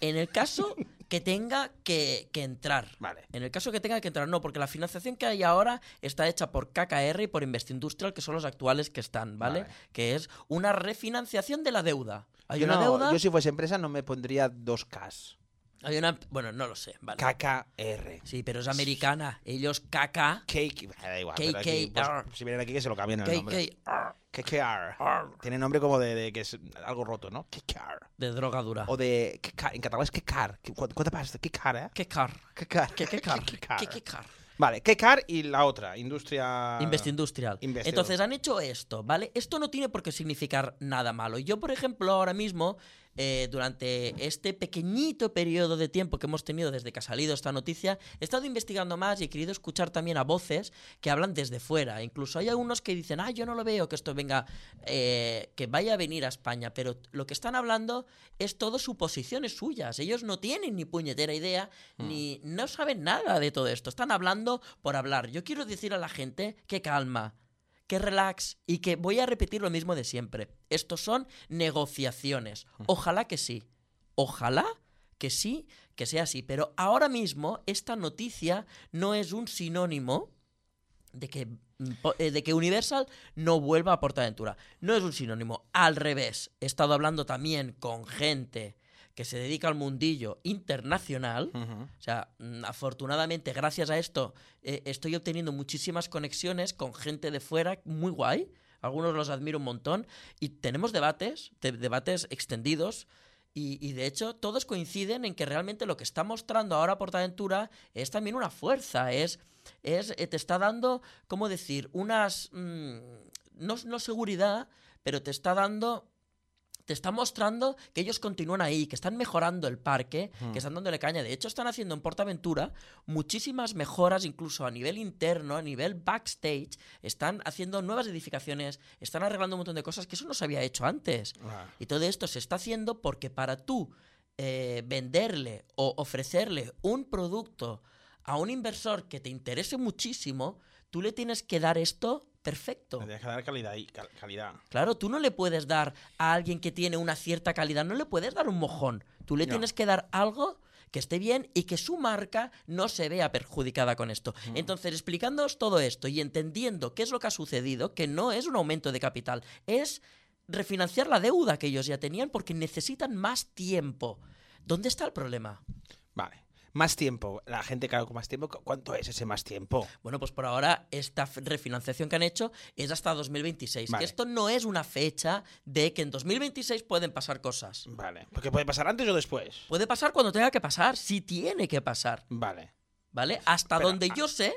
tenga que entrar. Vale. En el caso que tenga que entrar, no, porque la financiación que hay ahora está hecha por KKR y por Investindustrial, que son los actuales que están, ¿vale? Que es una refinanciación de la deuda. Hay una deuda... Yo si fuese empresa no me pondría 2Ks. Hay una... Bueno, no lo sé, ¿vale? KKR. Sí, pero es americana. Ellos KK... Da igual. KKR. Aquí, pues, si vienen aquí que se lo cambien el nombre. KKR. KKR. Tiene nombre como de que es algo roto, ¿no? KKR. De droga dura. O de... En catalán es KKR. ¿Cuánto pasa? KKR, ¿eh? KKR. KKR. KKR. Vale, KKR y la otra, Investindustrial. Entonces han hecho esto, ¿vale? Esto no tiene por qué significar nada malo. Yo, por ejemplo, ahora mismo, durante este pequeñito periodo de tiempo que hemos tenido desde que ha salido esta noticia, he estado investigando más y he querido escuchar también a voces que hablan desde fuera. Incluso hay algunos que dicen, yo no lo veo que esto venga, que vaya a venir a España, pero lo que están hablando es todo suposiciones suyas. Ellos no tienen ni puñetera idea, ni no saben nada de todo esto. Están hablando por hablar. Yo quiero decir a la gente que calma, que relax y que voy a repetir lo mismo de siempre. Estos son negociaciones. Ojalá que sí. Ojalá que sí, que sea así. Pero ahora mismo esta noticia no es un sinónimo de que Universal no vuelva a PortAventura. No es un sinónimo. Al revés. He estado hablando también con gente que se dedica al mundillo internacional. O sea, afortunadamente, gracias a esto, estoy obteniendo muchísimas conexiones con gente de fuera, muy guay. Algunos los admiro un montón. Y tenemos debates extendidos. Y de hecho, todos coinciden en que realmente lo que está mostrando ahora PortAventura es también una fuerza. Te está dando, ¿cómo decir? Unas... no seguridad, pero te está mostrando que ellos continúan ahí, que están mejorando el parque, que están dándole caña. De hecho, están haciendo en PortAventura muchísimas mejoras, incluso a nivel interno, a nivel backstage. Están haciendo nuevas edificaciones, están arreglando un montón de cosas que eso no se había hecho antes. Y todo esto se está haciendo porque para tú venderle o ofrecerle un producto a un inversor que te interese muchísimo, tú le tienes que dar esto perfecto. Le tienes que dar calidad. Claro, tú no le puedes dar a alguien que tiene una cierta calidad, no le puedes dar un mojón. Tú le tienes que dar algo que esté bien y que su marca no se vea perjudicada con esto. Entonces, explicándoos todo esto y entendiendo qué es lo que ha sucedido, que no es un aumento de capital, es refinanciar la deuda que ellos ya tenían porque necesitan más tiempo. ¿Dónde está el problema? Vale. Más tiempo. La gente, claro, con más tiempo. ¿Cuánto es ese más tiempo? Bueno, pues por ahora esta refinanciación que han hecho es hasta 2026. Vale. Que esto no es una fecha de que en 2026 pueden pasar cosas. Vale. Porque puede pasar antes o después. Puede pasar cuando tenga que pasar, si tiene que pasar. Vale. ¿Vale? Hasta donde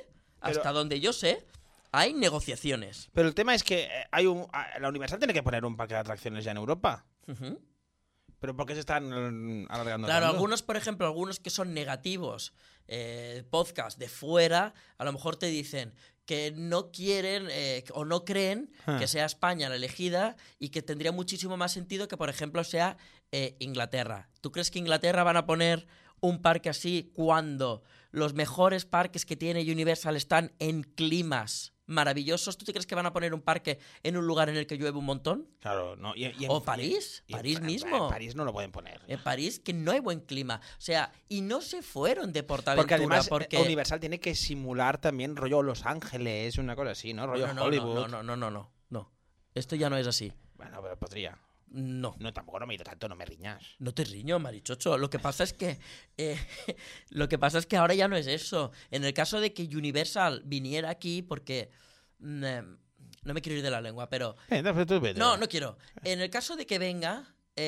yo sé, hay negociaciones. Pero el tema es que la Universal tiene que poner un parque de atracciones ya en Europa. ¿Pero por qué se están alargando Claro, tanto? algunos, por ejemplo, algunos que son negativos, podcast de fuera, a lo mejor te dicen que no quieren o no creen que sea España la elegida y que tendría muchísimo más sentido que, por ejemplo, sea Inglaterra. ¿Tú crees que Inglaterra van a poner un parque así cuando los mejores parques que tiene Universal están en climas maravillosos? ¿Tú te crees que van a poner un parque en un lugar en el que llueve un montón? Claro, no. ¿O París? París mismo. En París no lo pueden poner. En París, que no hay buen clima. O sea, y no se fueron de PortAventura. Porque además Universal tiene que simular también rollo Los Ángeles, una cosa así, ¿no? Rollo Hollywood. No. Esto ya no es así. Bueno, pero podría. No. No, tampoco no me he ido tanto, no me riñas. No te riño, marichocho. Lo que pasa es que ahora ya no es eso. En el caso de que Universal viniera aquí, porque no me quiero ir de la lengua, pero... vete. No quiero. En el caso de que venga...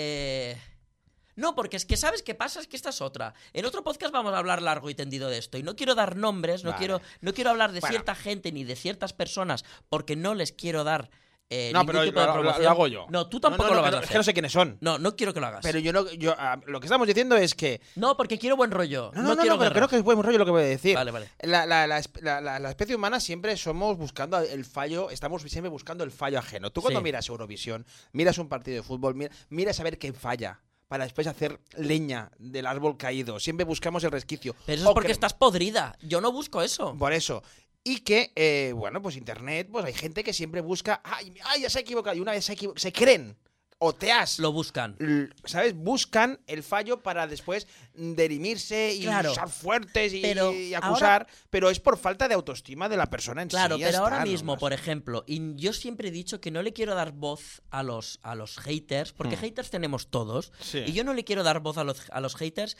No, porque es que ¿sabes qué pasa? Es que esta es otra. En otro podcast vamos a hablar largo y tendido de esto. Y no quiero dar nombres, no quiero hablar de cierta gente ni de ciertas personas porque no les quiero dar ningún pero tipo de promoción. lo hago yo. No, tú tampoco lo vas a hacer. Es que no sé quiénes son. No quiero que lo hagas. Pero lo que estamos diciendo es que... No, porque quiero buen rollo. No, pero quiero guerra. creo que es buen rollo lo que voy a decir. Vale. La especie humana siempre somos buscando el fallo, estamos siempre buscando el fallo ajeno. Tú cuando miras Eurovisión, miras un partido de fútbol, miras a ver quién falla, para después hacer leña del árbol caído. Siempre buscamos el resquicio. Pero eso es porque estás podrida. Yo no busco eso. Por eso. Y que, pues Internet, pues hay gente que siempre busca... ¡Ay, ya se ha equivocado! Y una vez se creen. Lo buscan. ¿Sabes? Buscan el fallo para después derimirse y usar fuertes y acusar. Pero es por falta de autoestima de la persona en sí. Claro, pero ahora mismo, por ejemplo, y yo siempre he dicho que no le quiero dar voz a los haters, porque haters tenemos todos. Sí. Y yo no le quiero dar voz a los haters.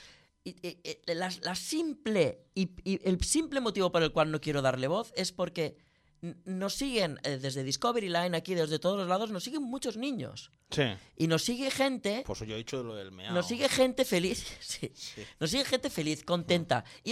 El simple motivo por el cual no quiero darle voz es porque nos siguen desde Discovery Line, aquí desde todos los lados, nos siguen muchos niños. Sí. Y nos sigue gente... Pues yo he dicho lo del meao. Nos sigue gente feliz. Sí. Nos sigue gente feliz, contenta. Y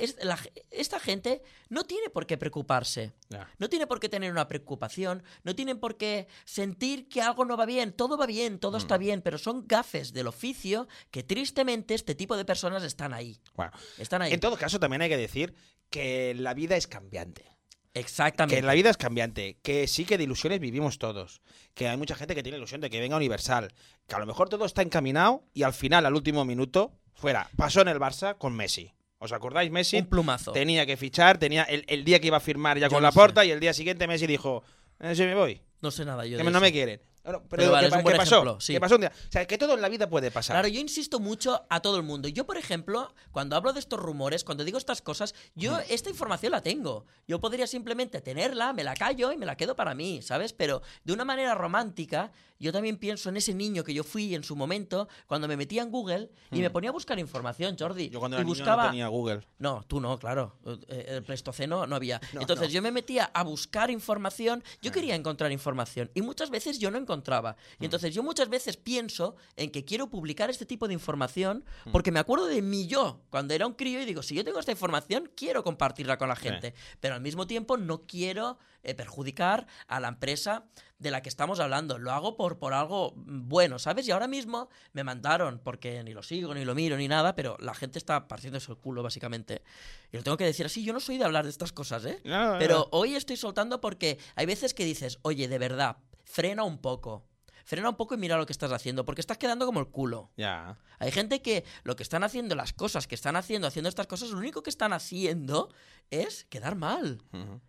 esta gente no tiene por qué preocuparse. No tiene por qué tener una preocupación. No tienen por qué sentir que algo no va bien. Todo va bien, todo está bien. Pero son gafes del oficio que tristemente este tipo de personas están ahí. Bueno, están ahí. En todo caso, también hay que decir que la vida es cambiante. Exactamente. Que la vida es cambiante, que sí que de ilusiones vivimos todos, que hay mucha gente que tiene ilusión de que venga Universal, que a lo mejor todo está encaminado y al final, al último minuto, pasó en el Barça con Messi. ¿Os acordáis? Messi un plumazo. Tenía que fichar, tenía el día que iba a firmar ya con Laporta y el día siguiente Messi dijo, si me voy. No sé nada yo que de no eso. me quieren. Pero vale, ¿qué pasó? Ejemplo, sí. ¿Qué pasó un día? O sea, que todo en la vida puede pasar. Claro, yo insisto mucho a todo el mundo. Yo, por ejemplo, cuando hablo de estos rumores, cuando digo estas cosas, yo esta información la tengo. Yo podría simplemente tenerla, me la callo y me la quedo para mí, ¿sabes? Pero de una manera romántica, yo también pienso en ese niño que yo fui en su momento, cuando me metía en Google y me ponía a buscar información, Jordi. Yo cuando era niño no tenía Google. No, tú no, claro. El Pleistoceno no había. Entonces yo me metía a buscar información, yo quería encontrar información y muchas veces yo no encontraba. Y entonces yo muchas veces pienso en que quiero publicar este tipo de información porque me acuerdo de mí yo cuando era un crío y digo, si yo tengo esta información, quiero compartirla con la gente. Pero al mismo tiempo no quiero perjudicar a la empresa de la que estamos hablando. Lo hago por algo bueno, ¿sabes? Y ahora mismo me mandaron, porque ni lo sigo, ni lo miro, ni nada, pero la gente está partiéndose el culo, básicamente. Y lo tengo que decir así, yo no soy de hablar de estas cosas, ¿eh? No. Pero hoy estoy soltando porque hay veces que dices, oye, de verdad, frena un poco y mira lo que estás haciendo, porque estás quedando como el culo. Ya. Hay gente que lo que están haciendo, las cosas que están haciendo estas cosas, lo único que están haciendo es quedar mal.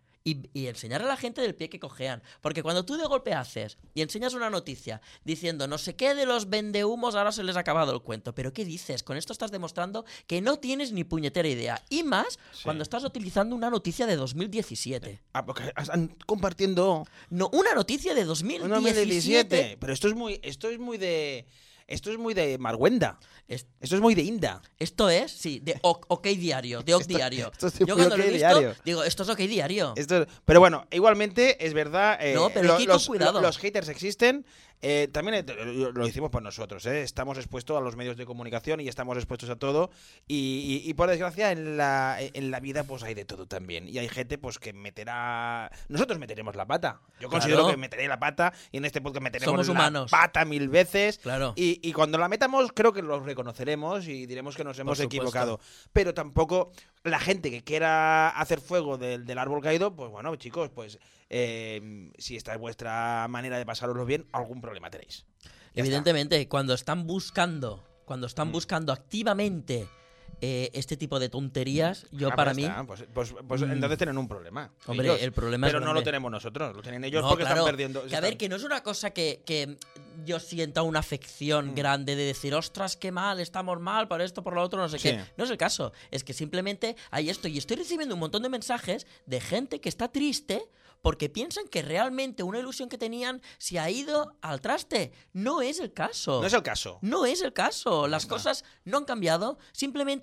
Y enseñar a la gente del pie que cojean. Porque cuando tú de golpe haces y enseñas una noticia diciendo no sé qué de los vendehumos, ahora se les ha acabado el cuento. ¿Pero qué dices? Con esto estás demostrando que no tienes ni puñetera idea. Y más cuando estás utilizando una noticia de 2017. Porque están compartiendo... No, una noticia de 2017. Pero esto es muy de Marwenda. Esto es muy de Inda. Esto es, sí, de OK Diario, de OK Diario. Yo cuando lo he visto, digo, esto es OK Diario. Pero bueno, igualmente, es verdad, no, pero cuidado. Los haters existen. También lo hicimos por nosotros, estamos expuestos a los medios de comunicación y estamos expuestos a todo y por desgracia en la vida pues hay de todo también y hay gente pues que nosotros meteremos la pata, yo considero que meteré la pata y en este podcast meteremos la pata 1000 veces y cuando la metamos creo que lo reconoceremos y diremos que nos hemos equivocado, pero tampoco la gente que quiera hacer fuego del árbol caído, pues bueno chicos, pues si esta es vuestra manera de pasaroslo bien, algún problema tenéis. Evidentemente, cuando están buscando activamente este tipo de tonterías, para mí... Pues entonces tienen un problema. Hombre, ellos, el problema pero es no lo tenemos nosotros, lo tienen ellos porque están perdiendo. A ver, que no es una cosa que yo sienta una afección grande de decir, ostras, qué mal, estamos mal, por esto, por lo otro, no sé qué. No es el caso. Es que simplemente hay esto. Y estoy recibiendo un montón de mensajes de gente que está triste porque piensan que realmente una ilusión que tenían se ha ido al traste. No es el caso. No es el caso. No es el caso. Las cosas no han cambiado. Simplemente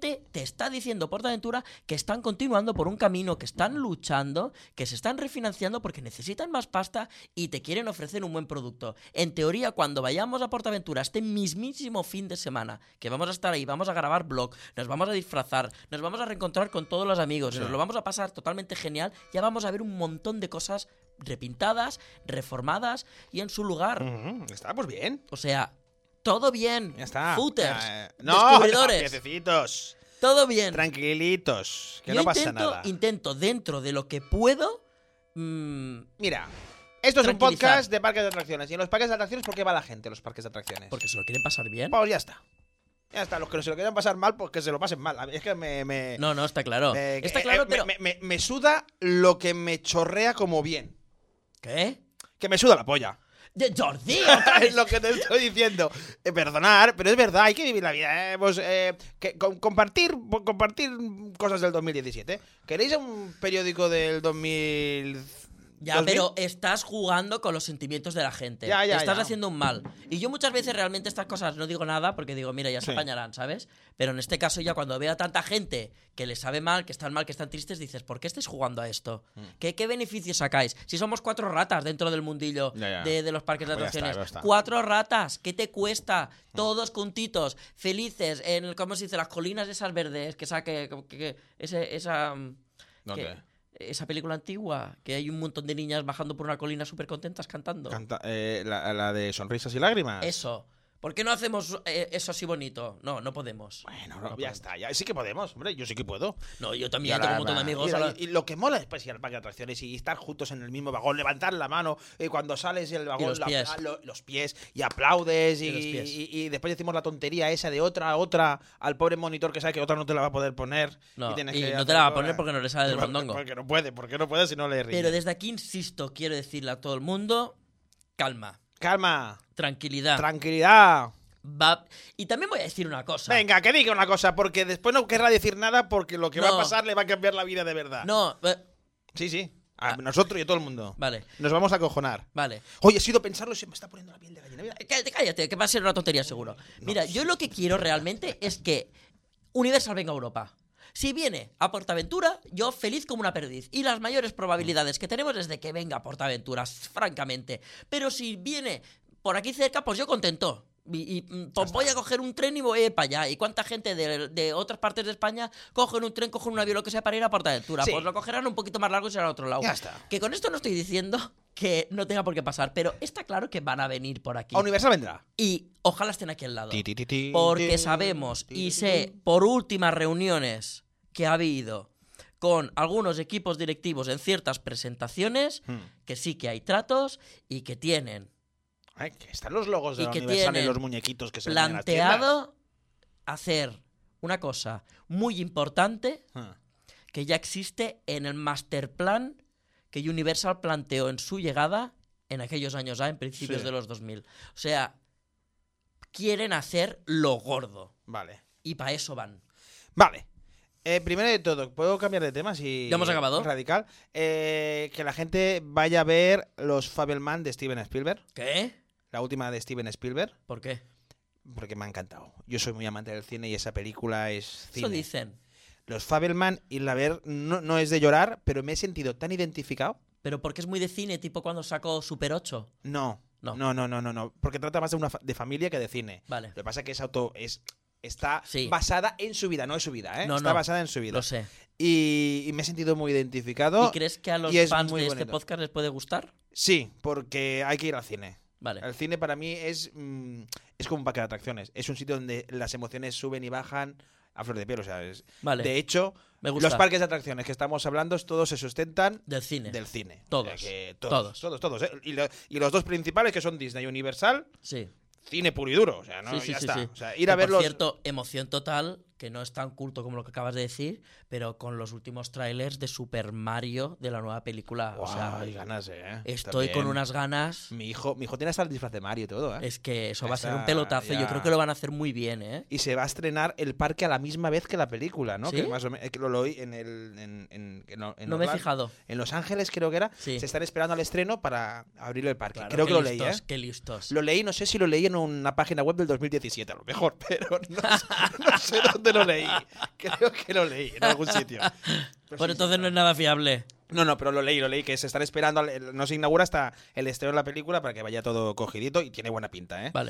gente te está diciendo, PortAventura, que están continuando por un camino, que están luchando, que se están refinanciando porque necesitan más pasta y te quieren ofrecer un buen producto. En teoría, cuando vayamos a PortAventura este mismísimo fin de semana, que vamos a estar ahí, vamos a grabar vlog, nos vamos a disfrazar, nos vamos a reencontrar con todos los amigos, nos lo vamos a pasar totalmente genial, ya vamos a ver un montón de cosas repintadas, reformadas y en su lugar. Está pues bien. O sea, todo bien. Ya está. Footers. No, descubridores. piececitos. Todo bien. Tranquilitos. Que Yo no pasa nada. intento dentro de lo que puedo. Mira, esto es un Tranquilizar. podcast de parques de atracciones. Y en los parques de atracciones, ¿por qué va la gente a los parques de atracciones? Porque se lo quieren pasar bien. Pues ya está. Ya está. Los que no se lo quieran pasar mal, pues que se lo pasen mal. A mí es que No, está claro. Está claro, pero. me suda lo que me chorrea como bien. ¿Qué? Que me suda la polla. ¡De Jordi! Es lo que te estoy diciendo. Perdonar, pero es verdad, hay que vivir la vida. Pues, compartir cosas del 2017. ¿Queréis un periódico del 2000? Ya, pero estás jugando con los sentimientos de la gente. Estás haciendo un mal. Y yo muchas veces realmente estas cosas no digo nada porque digo, mira, ya se apañarán, ¿sabes? Pero en este caso ya cuando veo a tanta gente que les sabe mal, que están tristes, dices, ¿por qué estáis jugando a esto? ¿Qué beneficios sacáis? Si somos 4 ratas dentro del mundillo de los parques de Pues atracciones. ya está. 4 ratas, ¿qué te cuesta? Todos juntitos, felices, en, ¿cómo se dice? Las colinas esas verdes, esa película antigua, que hay un montón de niñas bajando por una colina súper contentas cantando. La de Sonrisas y Lágrimas. Eso. ¿Por qué no hacemos eso así bonito? No podemos. Bueno, ya está. Ya, sí que podemos, hombre. Yo sí que puedo. No, yo también tengo un montón de amigos. Y lo que mola es ir al parque de atracciones y estar juntos en el mismo vagón, levantar la mano cuando sales del vagón, los pies y aplaudes y después decimos la tontería esa de otra al pobre monitor que sabe que otra no te la va a poder poner. No, y no te la va a poner porque no le sale del mondongo. Porque no puede si no le ríe. Pero desde aquí insisto, quiero decirle a todo el mundo, calma. Calma. Tranquilidad. Y también voy a decir una cosa. Venga, que diga una cosa, porque después no querrá decir nada porque lo que va a pasar le va a cambiar la vida de verdad. No. Sí. A nosotros y a todo el mundo. Vale. Nos vamos a acojonar. Vale. Oye, he sido pensarlo y se me está poniendo la piel de gallina. Mira. Cállate, que va a ser una tontería seguro. Mira, yo lo que quiero realmente es que Universal venga a Europa. Si viene a PortAventura, yo feliz como una perdiz. Y las mayores probabilidades que tenemos es de que venga a PortAventura, francamente. Pero si viene por aquí cerca, pues yo contento. Pues voy a coger un tren y voy para allá. ¿Y cuánta gente de otras partes de España cogen un tren, cogen un avión, lo que sea, para ir a PortAventura? Sí. Pues lo cogerán un poquito más largo y será a otro lado. Ya está. Que con esto no estoy diciendo que no tenga por qué pasar, pero está claro que van a venir por aquí. A Universal vendrá. Y ojalá estén aquí al lado. Porque sabemos y sé por últimas reuniones que ha habido con algunos equipos directivos en ciertas presentaciones que sí que hay tratos y que tienen que están los logos de y la que Universal y tienen los muñequitos que se venden en las tiendas. planteado hacer una cosa muy importante que ya existe en el master plan que Universal planteó en su llegada en aquellos años en principios de los 2000. O sea, quieren hacer lo gordo. Vale. Y para eso van. Vale. Primero de todo, ¿puedo cambiar de tema? Si ¿Ya hemos acabado? Radical. Que la gente vaya a ver los Fabelman de Steven Spielberg. ¿Qué? La última de Steven Spielberg. ¿Por qué? Porque me ha encantado. Yo soy muy amante del cine y esa película es cine. Eso dicen. Los Fabelman, irla a ver, no es de llorar, pero me he sentido tan identificado. ¿Pero porque es muy de cine, tipo cuando sacó Super 8? No. Porque trata más de familia que de cine. Vale. Lo que pasa es que está basada en su vida, no es su vida, ¿eh? Está basada en su vida. Lo sé. Y me he sentido muy identificado. ¿Y crees que a los fans de este podcast les puede gustar? Sí, porque hay que ir al cine. Vale. El cine para mí es como un parque de atracciones. Es un sitio donde las emociones suben y bajan a flor de piel. O sea, vale. De hecho, los parques de atracciones que estamos hablando, todos se sustentan del cine. Todos. Todos. Todos. Y los dos principales, que son Disney y Universal, sí. Cine puro y duro. O sea, no, sí, ya sí, está. sí. O sea, ir a verlos. Por cierto, emoción total, que no es tan culto como lo que acabas de decir, pero con los últimos trailers de Super Mario de la nueva película. Wow, o sea, hay ganas, estoy con unas ganas. Mi hijo tiene hasta el disfraz de Mario y todo, Es que eso va a ser un pelotazo. Ya. Yo creo que lo van a hacer muy bien, Y se va a estrenar el parque a la misma vez que la película, ¿no? ¿Sí? Que más o menos, que lo oí no me he fijado. En Los Ángeles creo que era. Sí. Se están esperando al estreno para abrir el parque. Claro, creo que lo listos, leí, Qué listos. Lo leí, no sé si lo leí en una página web del 2017, a lo mejor, pero no sé ¿Dónde lo leí? Creo que lo leí en algún sitio. Pero Pues entonces no es nada fiable. No, pero lo leí, que se están esperando, no se inaugura hasta el estreno de la película para que vaya todo cogidito y tiene buena pinta, ¿eh? Vale.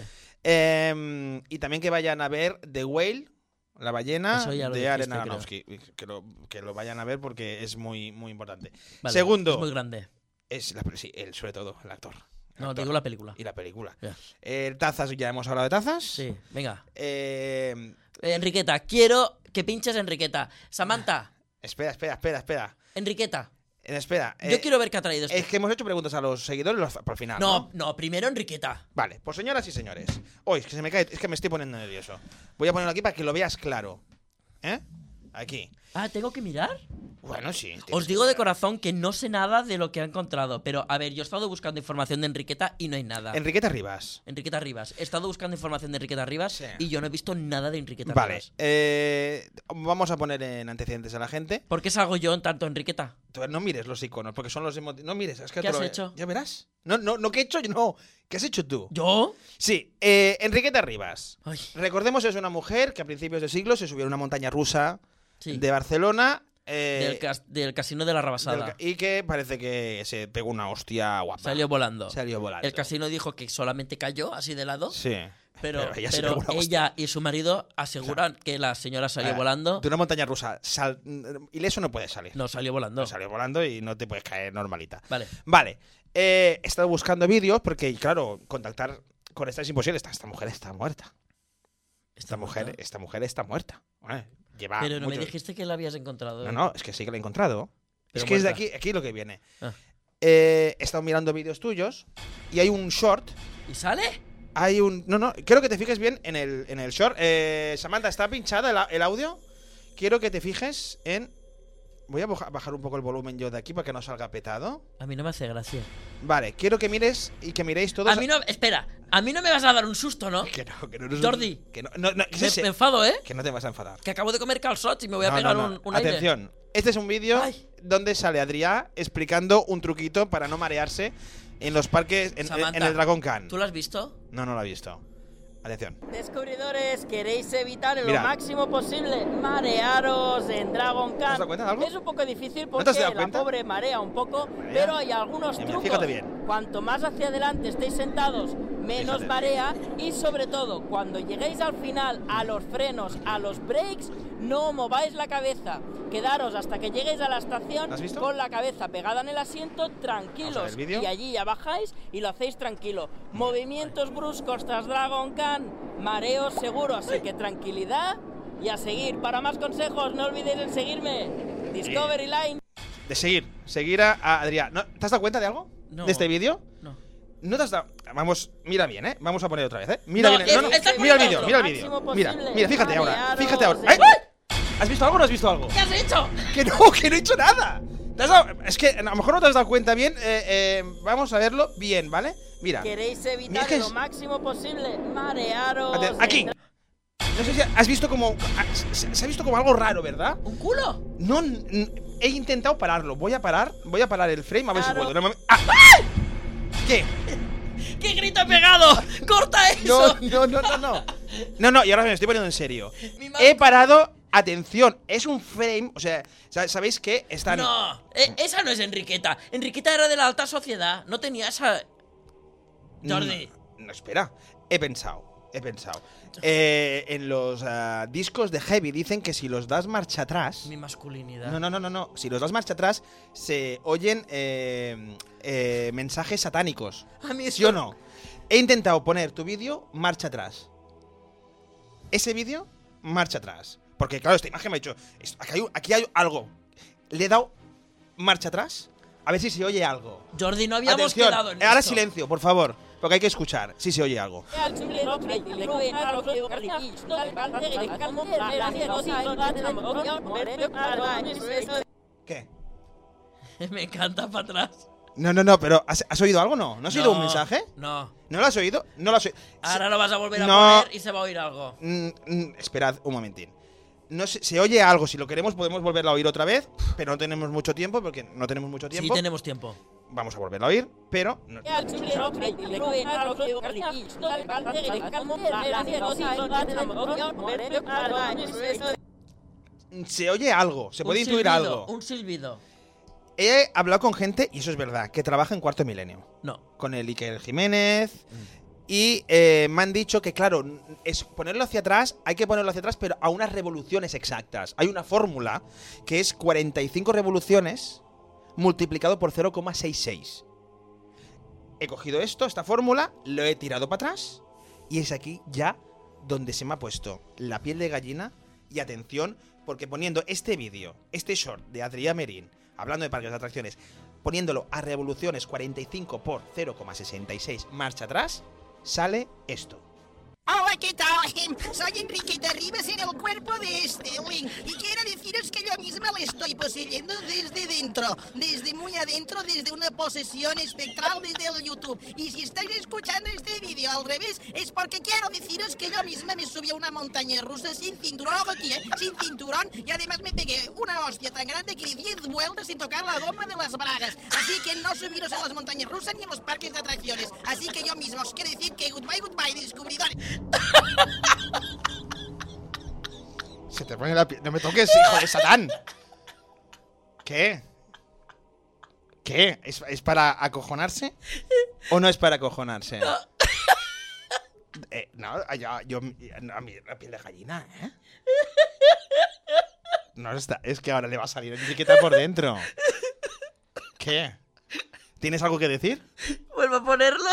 Y también que vayan a ver The Whale, la ballena, Eso ya lo de Aaron dijiste, Aronofsky. Que lo vayan a ver porque es muy, muy importante. Vale, Segundo, es muy grande. sí, él sobre todo, el actor. No, digo la película. Y la película. Ya. Tazas, ya hemos hablado de tazas. Sí, venga. Eh, Enriqueta, quiero que pinches a Enriqueta. Samantha, espera. Enriqueta. Espera. Yo quiero ver qué ha traído esto. Es que hemos hecho preguntas a los seguidores por el final. No, primero Enriqueta. Vale, pues señoras y señores. Hoy es que se me cae, es que me estoy poniendo nervioso. Voy a ponerlo aquí para que lo veas claro. ¿Eh? Aquí. Ah, ¿tengo que mirar? Bueno, sí. Os digo de corazón que no sé nada de lo que ha encontrado. Pero, a ver, yo he estado buscando información de Enriqueta y no hay nada. Enriqueta Rivas. Enriqueta Rivas. He estado buscando información de Enriqueta Rivas Sí. y yo no he visto nada de Enriqueta Vale. Rivas. Vamos a poner en antecedentes a la gente. ¿Por qué salgo yo en tanto Enriqueta? Tú no mires los iconos, porque son los no mires. Es que ¿Qué te has lo- hecho? Ya verás. No, ¿qué he hecho? No. ¿Qué has hecho tú? ¿Yo? Sí, Enriqueta Rivas. Ay, Recordemos, es una mujer que a principios de siglo se subió a una montaña rusa sí. de Barcelona. Del casino de la Rabasada. Y que parece que se pegó una hostia guapa. Salió volando. Salió volando. El casino dijo que solamente cayó así de lado. Sí. Pero ella se pegó una hostia. ella y su marido aseguran que la señora salió volando. De una montaña rusa. Ileso no puede salir. No, salió volando. No salió volando y no te puedes caer normalita. Vale. Vale. He estado buscando vídeos porque, claro, contactar con esta es imposible. Esta mujer está muerta. Esta mujer está muerta. Lleva Pero no me mucho- dijiste que la habías encontrado. No, es que sí que la he encontrado. Pero Es que es de muerta. aquí lo que viene. Ah. He estado mirando vídeos tuyos y hay un short. ¿Y sale? Hay un. No, quiero que te fijes bien en el short. Samantha, ¿está pinchada el audio? Quiero que te fijes en. Voy a bajar un poco el volumen yo de aquí para que no salga petado. A mí no me hace gracia. Vale, quiero que mires y que miréis todos. A mí no. Espera, a mí no me vas a dar un susto, ¿no? Que no es un- Jordi. Que no, ¿qué es Me, ese? me enfado, ¿eh? Que no te vas a enfadar. Que acabo de comer calzots y me voy a No, pegar no. un aire. Atención. Este es un vídeo Ay. donde sale Adrià explicando un truquito para no marearse en los parques, en Samantha, el Dragon Khan. ¿Tú lo has visto? No lo he visto. Atención. Descubridores, queréis evitar en Mira. lo máximo posible marearos en Dragon ¿Te has dado Khan. cuenta de algo? Es un poco difícil ¿No te porque has dado la cuenta? pobre marea un poco, Marea. pero hay algunos Mira, trucos. fíjate bien. Cuanto más hacia adelante estéis sentados, menos Fíjate. marea y sobre todo, cuando lleguéis al final a los frenos, a los brakes, no mováis la cabeza. Quedaros hasta que lleguéis a la estación ¿Has visto? con la cabeza pegada en el asiento, Vamos a ver tranquilos. el vídeo. Y allí ya bajáis y lo hacéis tranquilo. Movimientos bruscos tras Dragon Khan, mareos seguro, así que tranquilidad y a seguir. Para más consejos, no olvidéis en seguirme. Discovery Line. De seguir a Adrià. ¿No? ¿Te has dado cuenta de algo? No. ¿De este vídeo? No. No te has dado. Vamos, mira bien, ¿eh? Vamos a poner otra vez, ¿eh? Mira No, bien. estás Mira el poniendo vídeo, otro. mira el vídeo. Máximo Mira, posible. fíjate ahora. Marearos Fíjate ahora. en- ¡Ay! ¿Has visto algo o no has visto algo? ¿Qué has hecho? Que no he hecho nada. Es que a lo mejor no te has dado cuenta bien. Vamos a verlo bien, ¿vale? Mira. Queréis Mira evitar que en es- lo máximo posible marearos. Aquí. en- No sé si has visto como. Se ha visto como algo raro, ¿verdad? ¿Un culo? No. He intentado pararlo. Voy a parar el frame a ver si Claro. puedo. ¡Ah! ¿Qué? ¡Qué grito he pegado! ¡Corta eso! No, y ahora me estoy poniendo en serio. Mi madre- He parado. Atención, es un frame. O sea, ¿sabéis qué? Están. No, esa no es Enriqueta. Enriqueta era de la alta sociedad. No tenía esa. Jordi. No, espera. He pensado. En los discos de Heavy dicen que si los das marcha atrás. Mi masculinidad. No. Si los das marcha atrás, se oyen mensajes satánicos. A mí eso. ¿Sí o no? He intentado poner tu vídeo marcha atrás. Ese vídeo, marcha atrás. Porque, claro, esta imagen me ha dicho. Aquí hay algo. Le he dado marcha atrás. A ver si se oye algo. Jordi, no habíamos Atención, quedado en ahora esto. silencio, por favor. Porque hay que escuchar si se oye algo. ¿Qué? Me encanta para atrás. No, pero ¿has oído algo? No. ¿No has oído un mensaje? No. ¿No lo has oído? No lo has oído. Ahora lo vas a volver a No. poner y se va a oír algo. Esperad un momentín. No se oye algo. Si lo queremos, podemos volverlo a oír otra vez. Pero no tenemos mucho tiempo porque no tenemos mucho Sí, tiempo. tenemos tiempo. vamos a volverlo a oír, pero... no- se oye algo, se puede intuir algo. Un silbido. He hablado con gente, y eso es verdad, que trabaja en Cuarto Milenio. No. Con el Iker Jiménez. Y me han dicho que, claro, es ponerlo hacia atrás, hay que ponerlo hacia atrás, pero a unas revoluciones exactas. Hay una fórmula que es 45 revoluciones multiplicado por 0,66. He cogido esta fórmula, lo he tirado para atrás, y es aquí ya donde se me ha puesto la piel de gallina. Y atención, porque poniendo este vídeo, este short de Adrià Merín, hablando de parques de atracciones, poniéndolo a revoluciones 45 por 0,66 marcha atrás, sale esto. Hola, ¿qué tal? Soy Enriqueta Rivas en el cuerpo de Sterling y quiero deciros que yo misma le estoy poseyendo desde dentro, desde muy adentro, desde una posesión espectral desde el YouTube. Y si estáis escuchando este vídeo al revés, es porque quiero deciros que yo misma me subí a una montaña rusa sin cinturón, aquí, sin cinturón, y además me pegué una hostia tan grande que di 10 vueltas sin tocar la goma de las bragas. Así que no subiros a las montañas rusas ni a los parques de atracciones. Así que yo misma os quiero decir que goodbye, descubridores. Se te pone la piel. No me toques, hijo de Satán. ¿Qué? ¿Qué? ¿Es para acojonarse? ¿O no es para acojonarse? No, a mí la piel de gallina, ¿eh? No está. Es que ahora le va a salir etiqueta por dentro. ¿Qué? ¿Tienes algo que decir? Vuelvo a ponerlo.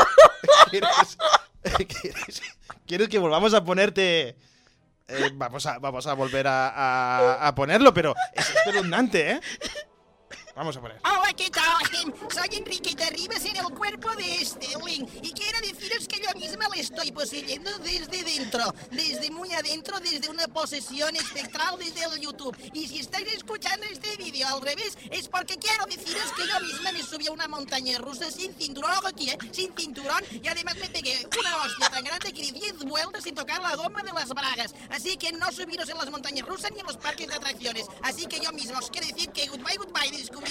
¿Quieres que volvamos a ponerte? Vamos a volver a ponerlo, pero es espeluznante, ¿eh? Vamos a poner. Hola, ¿qué tal? Soy Enriqueta Rivas en el cuerpo de Sterling y quiero deciros que yo misma le estoy poseyendo desde dentro, desde muy adentro, desde una posesión espectral desde el YouTube. Y si estáis escuchando este vídeo al revés, es porque quiero deciros que yo misma me subí a una montaña rusa sin cinturón, aquí, sin cinturón, y además me pegué una hostia tan grande que di 10 vueltas sin tocar la goma de las bragas. Así que no subiros en las montañas rusas ni en los parques de atracciones. Así que yo misma os quiero decir que goodbye, descubridores.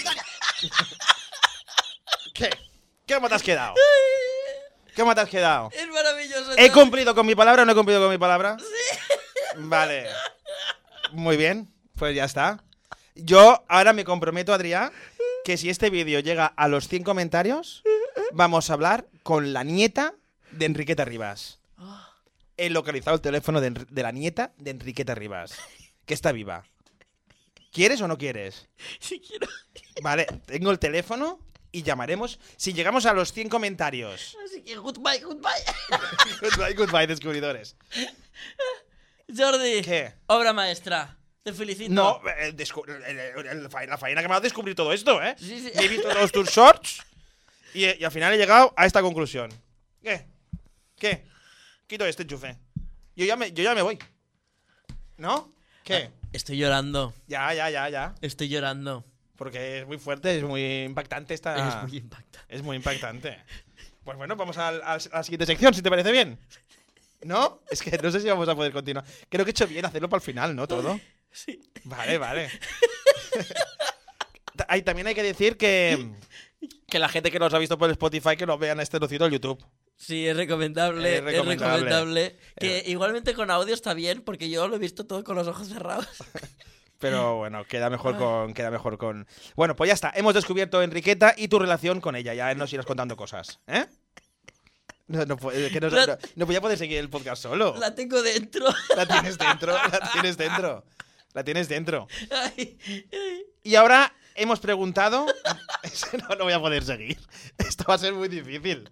¿Qué? ¿Cómo te has quedado? ¿Cómo te has quedado? Es maravilloso. ¿He cumplido con mi palabra o no he cumplido con mi palabra? Sí. Vale. Muy bien. Pues ya está. Yo ahora me comprometo, Adrià, que si este vídeo llega a los 100 comentarios, vamos a hablar con la nieta de Enriqueta Rivas. He localizado el teléfono de la nieta de Enriqueta Rivas, que está viva. ¿Quieres o no quieres? Sí quiero. Vale, tengo el teléfono y llamaremos si llegamos a los 100 comentarios. Así que goodbye. Goodbye, descubridores. Jordi. ¿Qué? Obra maestra. Te felicito. No, la faena que me ha dado descubrir todo esto, ¿eh? Sí. He visto todos tus shorts y al final he llegado a esta conclusión. ¿Qué? Quito este enchufe. Yo ya me voy. ¿No? ¿Qué? Estoy llorando. Ya. Estoy llorando. Porque es muy fuerte, es muy impactante esta... Es muy impactante. Es muy impactante. Pues bueno, vamos a la siguiente sección, si te parece bien. ¿No? Es que no sé si vamos a poder continuar. Creo que he hecho bien hacerlo para el final, ¿no? Todo. Sí. Vale. También hay que decir que la gente que nos ha visto por Spotify que nos vean este trocito en YouTube. Sí, es recomendable. Es recomendable. Que igualmente con audio está bien, porque yo lo he visto todo con los ojos cerrados. Pero bueno, queda mejor con... Bueno, pues ya está. Hemos descubierto a Enriqueta y tu relación con ella. Ya nos irás contando cosas, ¿eh? No voy a poder seguir el podcast solo. La tengo dentro. La tienes dentro. Ay. Y ahora hemos preguntado... No voy a poder seguir. Esto va a ser muy difícil.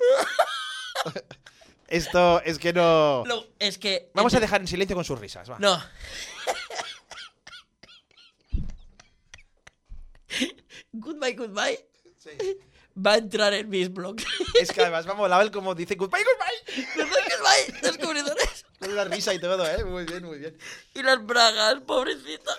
Esto es que no... Es que... Vamos a dejar en silencio con sus risas, va. No. Goodbye. Sí. Va a entrar en mis blogs. Es que además va a molar el como dice goodbye. Goodbye, descubridores. Con una risa y todo, ¿eh? Muy bien. Y las bragas, pobrecita.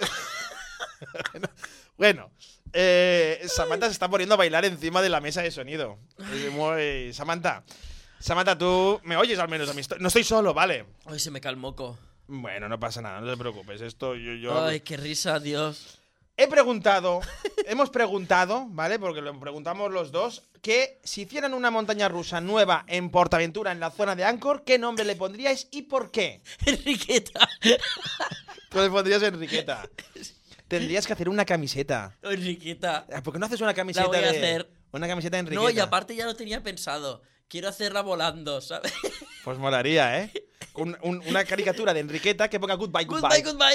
Bueno, Samantha se está poniendo a bailar encima de la mesa de sonido. Samantha, tú me oyes al menos a mí. No estoy solo, ¿vale? Ay, se me cae el moco. Bueno, no pasa nada, no te preocupes. Esto yo... Ay, qué risa, Dios. hemos preguntado, ¿vale? Porque lo preguntamos los dos, que si hicieran una montaña rusa nueva en PortAventura, en la zona de Angkor, ¿qué nombre le pondríais y por qué? Enriqueta. Tú le pondrías Enriqueta. Tendrías que hacer una camiseta. Enriqueta. ¿Por qué no haces una camiseta La voy a hacer. Una camiseta de Enriqueta? No, y aparte ya lo tenía pensado. Quiero hacerla volando, ¿sabes? Pues molaría, ¿eh? Una caricatura de Enriqueta que ponga goodbye, goodbye. Goodbye.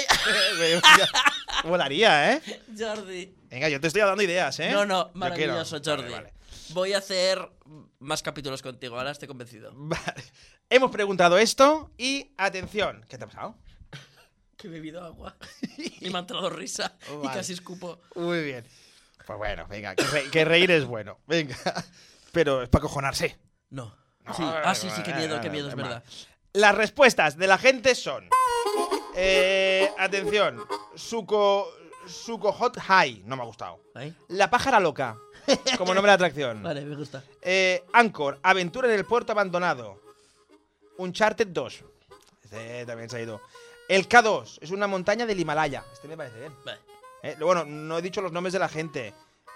Molaría, ¿eh? Jordi. Venga, yo te estoy dando ideas, ¿eh? No, Yo maravilloso, quiero. Jordi. Vale. Voy a hacer más capítulos contigo, ahora estoy convencido. Vale. Hemos preguntado esto y atención. ¿Qué te ha pasado? Que he bebido agua y me ha entrado risa y Vale. casi escupo. Muy bien. Pues bueno, venga, que reír es bueno. Venga. Pero es para cojonarse. No. No, Sí. Sí, qué miedo, es verdad. Las respuestas de la gente son... atención. Suco Hot High. No me ha gustado. ¿Ahí? La pájara loca. Como nombre de atracción. Vale, me gusta. Angkor. Aventura en el puerto abandonado. Uncharted 2. Este también se ha ido. El K2. Es una montaña del Himalaya. Este me parece bien. Vale. Bueno, no he dicho los nombres de la gente.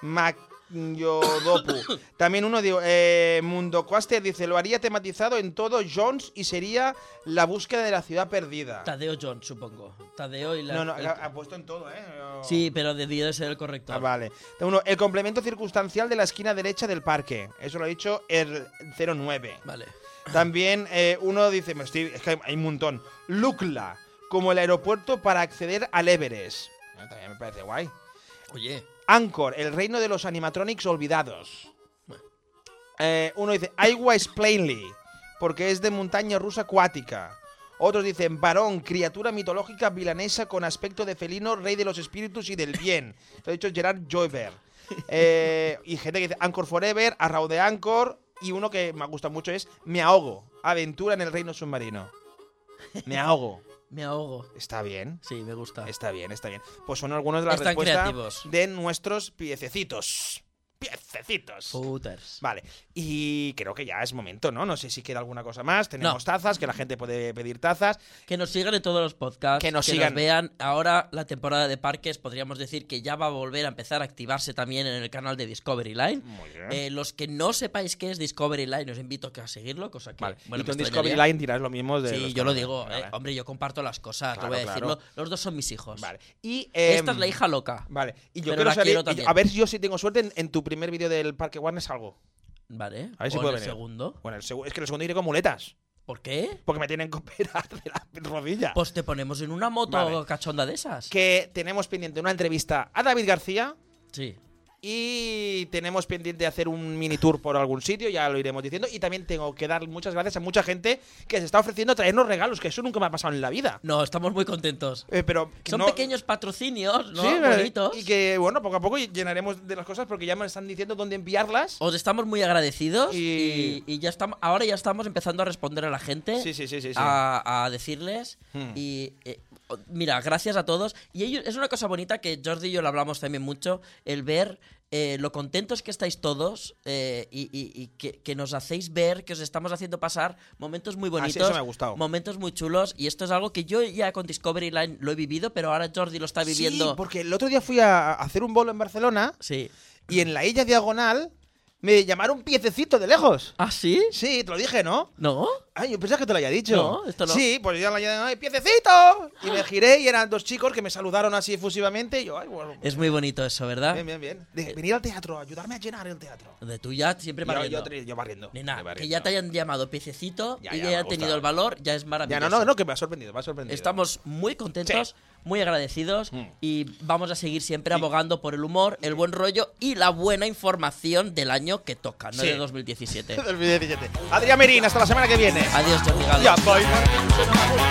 Yodopu. También uno de Mundo Quaster dice: lo haría tematizado en todo Jones y sería la búsqueda de la ciudad perdida. Tadeo John, supongo. Tadeo y la... No, ha puesto en todo, ¿eh? Sí, pero debió de ser el corrector. Ah, vale. Uno, el complemento circunstancial de la esquina derecha del parque. Eso lo ha dicho el 09. Vale. También uno dice: es que hay un montón. Lukla, como el aeropuerto para acceder al Everest. También me parece guay. Oye. Angkor, el reino de los animatronics olvidados. Uno dice Iwise Plainly, porque es de montaña rusa acuática. Otros dicen Varón, criatura mitológica milanesa con aspecto de felino, rey de los espíritus y del bien. Lo ha dicho Gerard Joyver. Y gente que dice Angkor Forever, Arrao de Angkor. Y uno que me gusta mucho es Me ahogo, aventura en el reino submarino. Me ahogo. Me ahogo. Está bien. Sí, me gusta. Está bien. Pues son algunos de las Están respuestas creativos. de nuestros piececitos. Piececitos. Footers. Vale. Y creo que ya es momento, ¿no? No sé si queda alguna cosa más. Tenemos tazas, que la gente puede pedir tazas. Que nos sigan en todos los podcasts. Que nos sigan. Vean. Ahora la temporada de parques, podríamos decir que ya va a volver a empezar a activarse también en el canal de Discovery Line. Muy bien. Los que no sepáis qué es Discovery Line, os invito a seguirlo, cosa que... Vale. Bueno, y tú en me Discovery extrañaría. Line dirás lo mismo de Sí, los yo lo canales. digo. Vale. Hombre, yo comparto las cosas, Claro, te voy a claro. decirlo. Los dos son mis hijos. Vale. Y Esta es la hija loca. Vale. Y yo Pero quiero la salir. quiero también. A ver yo si tengo suerte en tu primer vídeo del Parque Warner salgo. Vale. A ver si ¿O puedo en el venir. segundo? Bueno, es que en el segundo iré con muletas. ¿Por qué? Porque me tienen que operar de la rodilla. Pues te ponemos en una moto Vale. cachonda de esas. Que tenemos pendiente una entrevista a David García. Sí. Y tenemos pendiente hacer un mini tour por algún sitio, ya lo iremos diciendo. Y también tengo que dar muchas gracias a mucha gente que se está ofreciendo traernos regalos, que eso nunca me ha pasado en la vida. No, estamos muy contentos. Pero que Son no- pequeños patrocinios, ¿no? Sí, Bonitos. y que, bueno, poco a poco llenaremos de las cosas porque ya me están diciendo dónde enviarlas. Os estamos muy agradecidos Y- y ya estamos, ahora ya estamos empezando a responder a la gente, Sí. a decirles Hmm. y mira, gracias a todos. Y ellos, es una cosa bonita que Jordi y yo lo hablamos también mucho, el ver lo contentos que estáis todos y que nos hacéis ver que os estamos haciendo pasar momentos muy bonitos, eso me ha gustado. momentos muy chulos, y esto es algo que yo ya con Discovery Line lo he vivido, pero ahora Jordi lo está viviendo. Sí, porque el otro día fui a hacer un bolo en Barcelona Sí. y en la Illa Diagonal me llamaron piececito de lejos. ¿Ah, sí? Sí, te lo dije, ¿no? ¿No? Ay, yo pensaba que te lo había dicho. No, esto no. Sí, pues ya la llamaron, ¡piececito! Y me giré y eran dos chicos que me saludaron así efusivamente y yo, ay, bueno. Es muy bonito eso, ¿verdad? Bien. Dije, venir al teatro, ayudarme a llenar el teatro. De tú ya siempre barriendo. Yo barriendo. Nena, Yo barriendo. que ya te hayan llamado piececito Ya, y ya, ya me haya gusta. tenido el valor, ya es Ya, maravilloso. no, que me ha sorprendido. Estamos muy contentos, muy agradecidos Mm. y vamos a seguir siempre abogando por el humor, el buen rollo y la buena información del año que toca, no Sí. de 2017. 2017. Adrián Merín, hasta la semana que viene. Adiós, Jordi Galo. Ya voy.